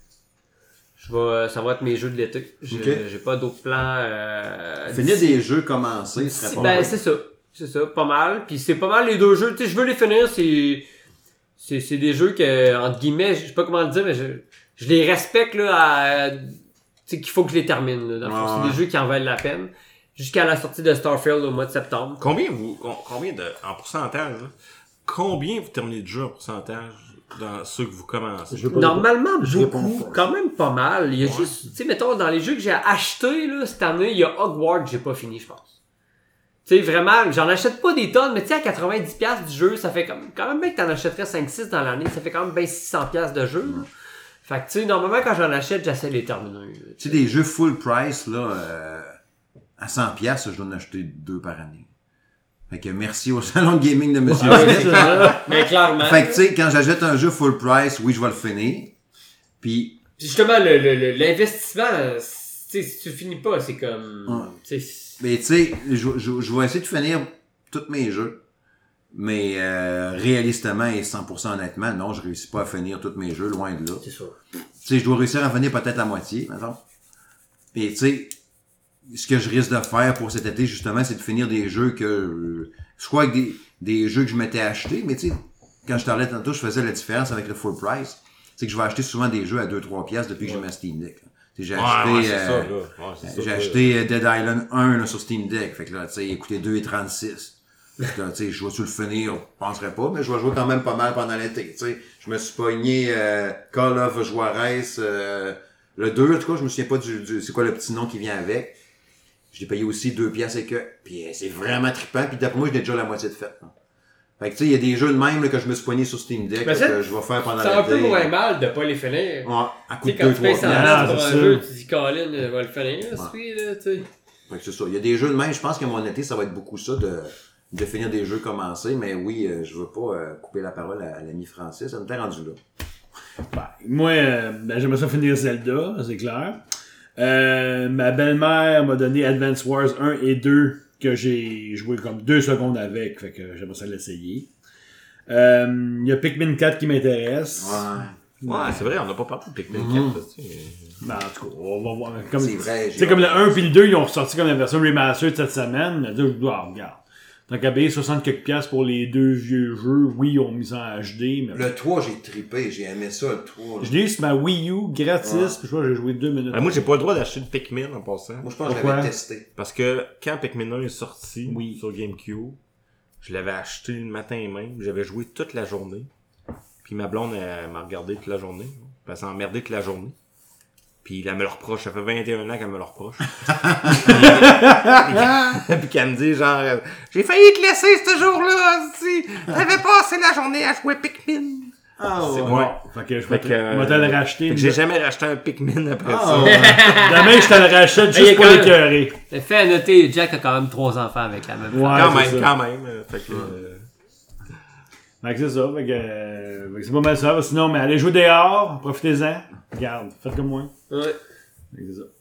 Je vais, ça va être mes jeux de l'été. J'ai, Ok. j'ai pas d'autres plans, euh, Finir d'ici- des jeux commencés, ce serait Si- pas ben, mal. c'est ça. C'est ça, pas mal. Puis c'est pas mal les deux jeux. Tu sais, je veux les finir, c'est... C'est, c'est des jeux que, entre guillemets, je sais pas comment le dire, mais je, je les respecte, là, à... Tu sais, qu'il faut que je les termine, là. Dans le fond, Ouais, c'est ouais. des jeux qui en valent la peine. Jusqu'à la sortie de Starfield au mois de septembre. Combien vous, com- combien de, en pourcentage, là, combien vous terminez de jeux en pourcentage dans ceux que vous commencez? Je veux pas- Normalement, je réponds beaucoup. pas. Quand même pas mal. Il y a juste, tu sais, mettons, dans les jeux que j'ai achetés, là, cette année, il y a Hogwarts, j'ai pas fini, je pense. Tu sais, vraiment, j'en achète pas des tonnes, mais tu sais, à quatre-vingt-dix dollars du jeu, ça fait comme, quand même bien que t'en achèterais cinq six dans l'année, ça fait quand même bien six cents dollars de jeu, là. Fait que tu sais, normalement, quand j'en achète, j'essaie de les terminer. Tu sais, des jeux full price, là, euh, à cent piastres, je dois en acheter deux par année. Fait que merci au salon de gaming de Monsieur Smith. Mais clairement. Fait que, tu sais, quand j'achète un jeu full price, oui, je vais le finir. Puis, Puis justement, le, le, le- l'investissement, tu sais, si tu le finis pas, c'est comme, Ouais. tu sais, mais tu sais, je, je, je vais essayer de finir tous mes jeux. Mais euh, réalistement et cent pour cent honnêtement, non, je réussis pas à finir tous mes jeux, loin de là. c'est ça. Tu sais, je dois réussir à finir peut-être la moitié, maintenant. Et tu sais, ce que je risque de faire pour cet été, justement, c'est de finir des jeux que... Euh, soit avec des, des jeux que je m'étais achetés, mais tu sais, quand je parlais tantôt, je faisais la différence avec le full price. C'est que je vais acheter souvent des jeux à deux trois piastres depuis que j'ai ma Steam Deck. là. Tu sais, j'ai Ouais, acheté... ouais, c'est euh, ça, là. Ouais, c'est ça, j'ai là. acheté euh, Dead Island un là, sur Steam Deck. Fait que là, tu sais, il coûtait deux trente-six. Fait que là, tu sais, je vais-tu le finir? Je penserais pas, mais je vais jouer quand même pas mal pendant l'été. Tu sais, je me suis pogné euh, Call of Juarez, euh, le deux, en tout cas, je me souviens pas du, du c'est quoi le petit nom qui vient avec. Je l'ai payé aussi deux piastres et que. Puis euh, c'est vraiment trippant. Puis d'après moi, j'ai déjà la moitié de fait. Là. Fait que tu sais, il y a des jeux de même là, que je me suis pogné sur Steam Deck Mais là, c'est- que je vais faire pendant C'est l'été. un peu moins mal de pas les finir. Ouais, à coup Tu de sais, quand deux tu payes trois cent piastres. dollars pour c'est un ça. jeu, tu dis Colin euh, va le finir, celui là, tu sais. Fait que c'est ça. Il y a des jeux de même. Je pense que mon été, ça va être beaucoup ça de, de finir des jeux commencés. Mais oui, euh, je veux pas euh, couper la parole à, à l'ami Francis. Ça me t'est rendu là. Ben, moi, euh, ben, j'aimerais ça finir Zelda, c'est clair. Euh, ma belle-mère m'a donné Advance Wars un et deux que j'ai joué comme deux secondes avec, fait que j'aimerais ça l'essayer. Euh, il y a Pikmin quatre qui m'intéresse. Ouais. Ouais, c'est vrai, on n'a pas parlé de Pikmin Mm-hmm. quatre. Là, tu sais. Ben, en tout cas, on va voir. Comme, C'est vrai, tu sais, comme le un puis le deux, ils ont ressorti comme la version remastered cette semaine. Mais là, je dois, regarde. Donc, à payer soixante quelques piastres pour les deux vieux jeux, oui, ils ont mis ça en H D, mais... Le trois, j'ai trippé, j'ai aimé ça, le trois. Je l'ai eu sur ma Wii U, gratis, Ouais. puis je crois que j'ai joué deux minutes. Ben, moi, j'ai pas le droit d'acheter de Pikmin en passant. Moi, je pense que je Pourquoi? l'avais testé. Parce que quand Pikmin un est sorti Oui. sur GameCube, je l'avais acheté le matin même. J'avais joué toute la journée. Puis ma blonde, elle m'a regardé toute la journée. Puis elle s'est emmerdée toute la journée. Puis elle me le reproche. Ça fait vingt et un ans qu'elle me le reproche. puis, puis qu'elle me dit genre, euh, j'ai failli te laisser ce jour-là. Si t'avais passé la journée à jouer Pikmin. Ah C'est ouais. ouais. Fait que je Fait vais que, te euh, vais te le racheter. Fait que j'ai jamais racheté un Pikmin après Ah, ça. ouais. Demain, je te le rachète Il y a juste pour quand même- l'écœurer. Fait à noter, Jack a quand même trois enfants avec la même Ouais, femme. Quand c'est même, ça. quand même. euh, Fait que, euh, Fait que c'est ça. Fait que, euh, fait que c'est pas mal ça. Sinon, mais allez jouer dehors, profitez-en. Regarde, faites comme moi. Ouais. Fait que c'est ça.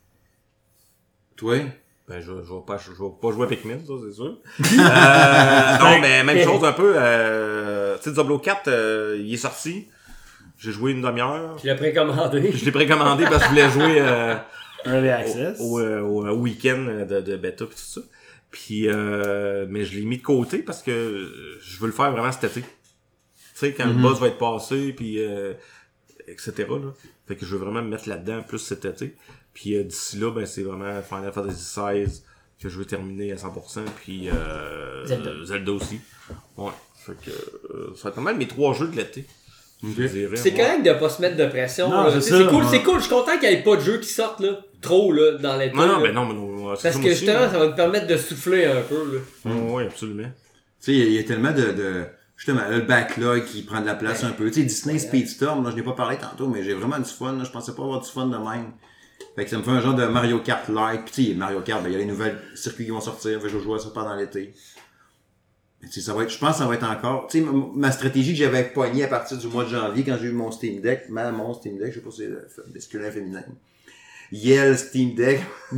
Toi? Ben, je, je vais pas, je vais pas jouer à Pikmin, ça, c'est sûr. euh, non, mais même chose un peu, euh, tu sais, Diablo quatre, euh, il est sorti. J'ai joué une demi-heure. Tu l'as précommandé. Je l'ai précommandé parce que je voulais jouer, euh, Early Access. au, au, au, au week-end de, de bêta pis tout ça. Puis, euh, mais je l'ai mis de côté parce que je veux le faire vraiment cet été. Tu sais, quand Mm-hmm. le boss va être passé, puis euh, et cetera. Là. Fait que je veux vraiment me mettre là-dedans plus cet été. Puis euh, d'ici là, ben c'est vraiment Final Fantasy seize que je veux terminer à cent pour cent. Puis euh, Zelda. euh, Zelda aussi. Ouais. Fait que euh, ça va être pas mal mes trois jeux de l'été. Je dirais, C'est ouais. correct de pas se mettre de pression. Non, là. c'est Tu sais, ça, c'est cool, ouais. c'est cool. Je suis content qu'il n'y ait pas de jeux qui sortent là, trop là, dans l'été. Non, non, là. ben non, mais non. c'est Parce ça, que moi aussi, justement, là. ça va te permettre de souffler un peu. Là. Oui, absolument. Tu sais, il y a- il y, a tellement de, de justement, là, le backlog qui prend de la place un peu. Tu sais, Disney Speedstorm, là, je n'ai pas parlé tantôt, mais j'ai vraiment du fun, là. Je pensais pas avoir du fun de même. Fait que ça me fait un genre de Mario Kart-like. Puis tu sais, Mario Kart, ben, il y a les nouvelles circuits qui vont sortir. Fait que je vais jouer à ça pendant l'été. Mais tu sais, ça va être, je pense que ça va être encore, tu sais, ma, ma stratégie que j'avais poignée à partir du mois de janvier quand j'ai eu mon Steam Deck, ma, mon Steam Deck, je sais pas si c'est le masculin féminin. Yell Steam Deck.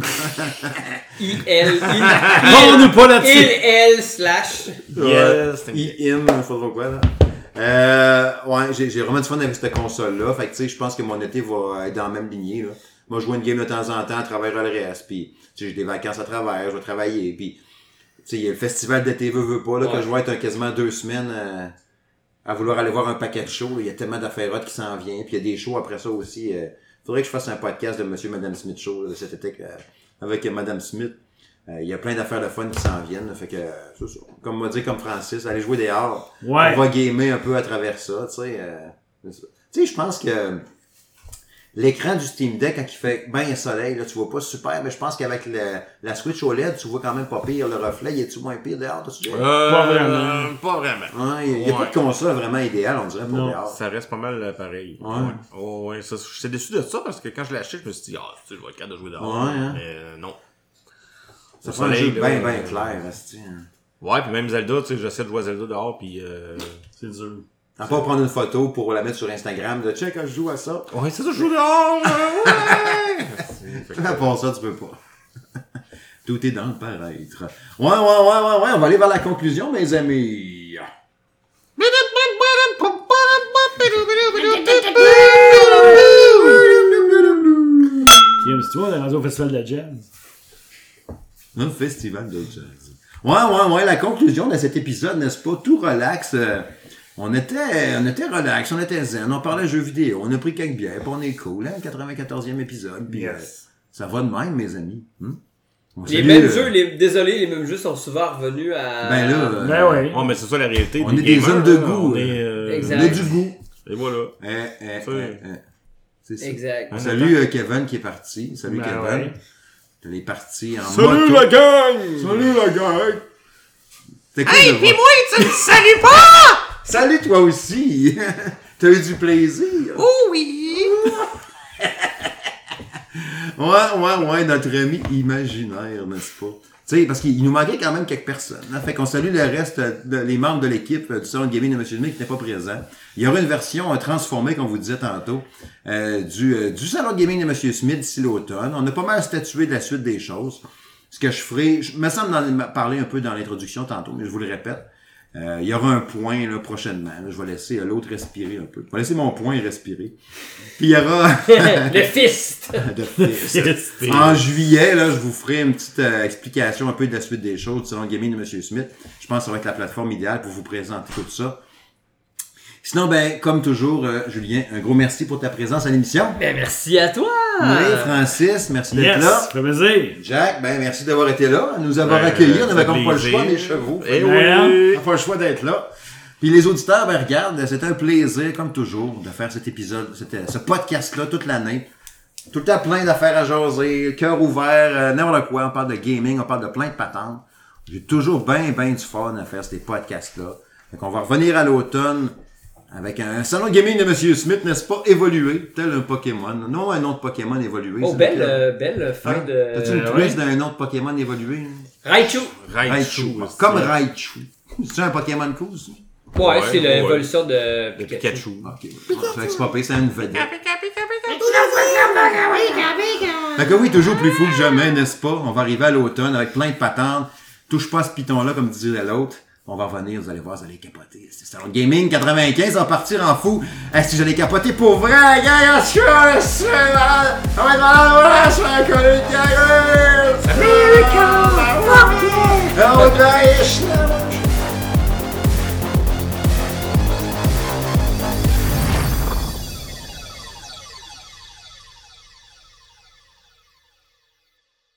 I L, Non, on n'est pas là-dessus. I L slash. Yes, I M, je sais pas trop quoi, là. Euh, ouais, j'ai, j'ai vraiment du fun avec cette console-là. Fait que, tu sais, je pense que mon été va être dans la même lignée, là. Moi, je joue une game de temps en temps à travers le reste, puis tu sais, j'ai des vacances à travers, je vais travailler, puis tu sais, il y a le festival d'été veut, veut pas, là, Ouais. que je vais être un, quasiment deux semaines euh, à vouloir aller voir un paquet de shows. Il y a tellement d'affaires qui s'en vient, puis il y a des shows après ça aussi. Euh, faudrait que je fasse un podcast de Monsieur et Madame Smith Show, là, cet été, euh, avec Madame Smith. Euh, il y a plein d'affaires de fun qui s'en viennent, là, fait que, euh, c'est ça. Comme on va dire, comme Francis, aller jouer dehors. Ouais. On va gamer un peu à travers ça, tu sais. Euh, c'est ça. Tu sais, je pense que l'écran du Steam Deck, quand il fait bien soleil, là, tu vois pas super, mais je pense qu'avec le, la Switch O L E D, tu vois quand même pas pire. Le reflet, il est-tu moins pire dehors, tu sais? Euh, Pas vraiment. Pas vraiment. Ouais, il n'y a, Ouais. pas de console vraiment idéale, on dirait, pour Non. dehors. Ça reste pas mal euh, pareil. Ouais. Oh, ouais, ça, j'étais déçu de ça parce que quand je l'ai acheté, je me suis dit, ah, tu sais, je vais être capable de jouer dehors. Ouais, hein. Mais euh, non. Ça Le fait un jeu soleil, bien, là, bien euh, clair, tu sais. Ouais, puis même Zelda, tu sais, j'essaie de jouer à Zelda dehors, puis euh... C'est dur. À part prendre une photo pour la mettre sur Instagram, de check, je joue à ça. ouais, c'est ça, je joue dehors! euh, ouais! Fait que- À part ça, tu peux pas. Tout est dans le paraître. Ouais, ouais, ouais, ouais, ouais, on va aller vers la conclusion, mes amis. Kim, si tu vois, on est rendu au festival de la jazz. Un festival de jazz. Ouais, ouais, ouais, la conclusion de cet épisode, n'est-ce pas? Tout relax. euh, on était, on était relax, on était zen, on parlait jeux vidéo, on a pris quelques bières, puis on est cool, hein? quatre-vingt-quatorzième épisode, puis Yes. euh, ça va de même, mes amis. Hmm? On Les salue, mêmes euh, jeux, les, désolé, les mêmes jeux sont souvent revenus à. Ben là, euh, Ben ouais. Ouais, mais c'est ça la réalité. On des est des gamers, hommes de là, goût, On euh. est, euh, Exact. on a du goût. Et voilà. Eh, eh, Ça, eh, eh. C'est ça. Exact. On Salut euh, Kevin qui est parti. Salut Ben Kevin. ouais. Il est parti en Salut moto. la gang! Salut la gang! C'était cool Hey, de pis voir. moi, tu me salues pas! Salut toi aussi! T'as eu du plaisir? Oh oui! Ouais, ouais, ouais, notre ami imaginaire, n'est-ce pas? Tu sais, parce qu'il nous manquait quand même quelques personnes. Hein? Fait qu'on salue le reste, de, les membres de l'équipe euh, du Salon de Gaming de M. Smith qui n'étaient pas présents. Il y aura une version euh, transformée, comme vous disait tantôt, euh, du, euh, du Salon de Gaming de M. Smith d'ici l'automne. On a pas mal statué de la suite des choses. ce que je ferai, je me semble d'en parler un peu dans l'introduction tantôt, mais je vous le répète. Euh, il y aura un point là, prochainement. Là, je vais laisser euh, l'autre respirer un peu. Je vais laisser mon point respirer. Puis il y aura... Le fist! de fist. En juillet, là, je vous ferai une petite euh, explication un peu de la suite des choses selon le gaming de M. Smith. Je pense que ça va être la plateforme idéale pour vous présenter tout ça. Sinon, ben, comme toujours, euh, Julien, un gros merci pour ta présence à l'émission. Ben, merci à toi! Oui, Francis, merci d'être Yes, là. ça fait plaisir. Jack, ben, merci d'avoir été là, nous avoir Ben, accueillis. On ça avait fait comme pas le plaisir. choix des chevaux. Eh On oui! n'a pas le choix d'être là. Puis les auditeurs, ben, regarde, c'était un plaisir, comme toujours, de faire cet épisode, cet, ce podcast-là toute l'année. Tout le temps plein d'affaires à jaser, cœur ouvert, euh, n'importe quoi. On parle de gaming, on parle de plein de patentes. J'ai toujours bien, bien du fun à faire ces podcasts-là. Fait qu'on va revenir à l'automne avec un salon de gaming de M. Smith, n'est-ce pas, évolué, tel un Pokémon. Non, un autre Pokémon évolué. Oh, c'est belle, lequel? euh, belle fin Hein? de... T'as-tu une Euh, twist ouais. d'un autre Pokémon évolué? Raichu! Raichu. Raichu. Comme Raichu. C'est un Pokémon cool, ça? Ouais, Ouais, c'est ouais. l'évolution de Le Pikachu. Pikachu. Ok. Ça fait que c'est pas pire, c'est une vedette. Fait que oui, toujours plus fou que jamais, n'est-ce pas? On va arriver à l'automne avec plein de patentes. Touche pas à ce piton-là, comme disait l'autre. On va revenir, vous allez voir, vous allez capoter. C'est Salon Gaming quatre-vingt-quinze, on va partir en fou. Est-ce que j'allais capoter pour vrai, gars? Est-ce que je suis malade? On va être malade, voilà, je suis un collègue, gars! America!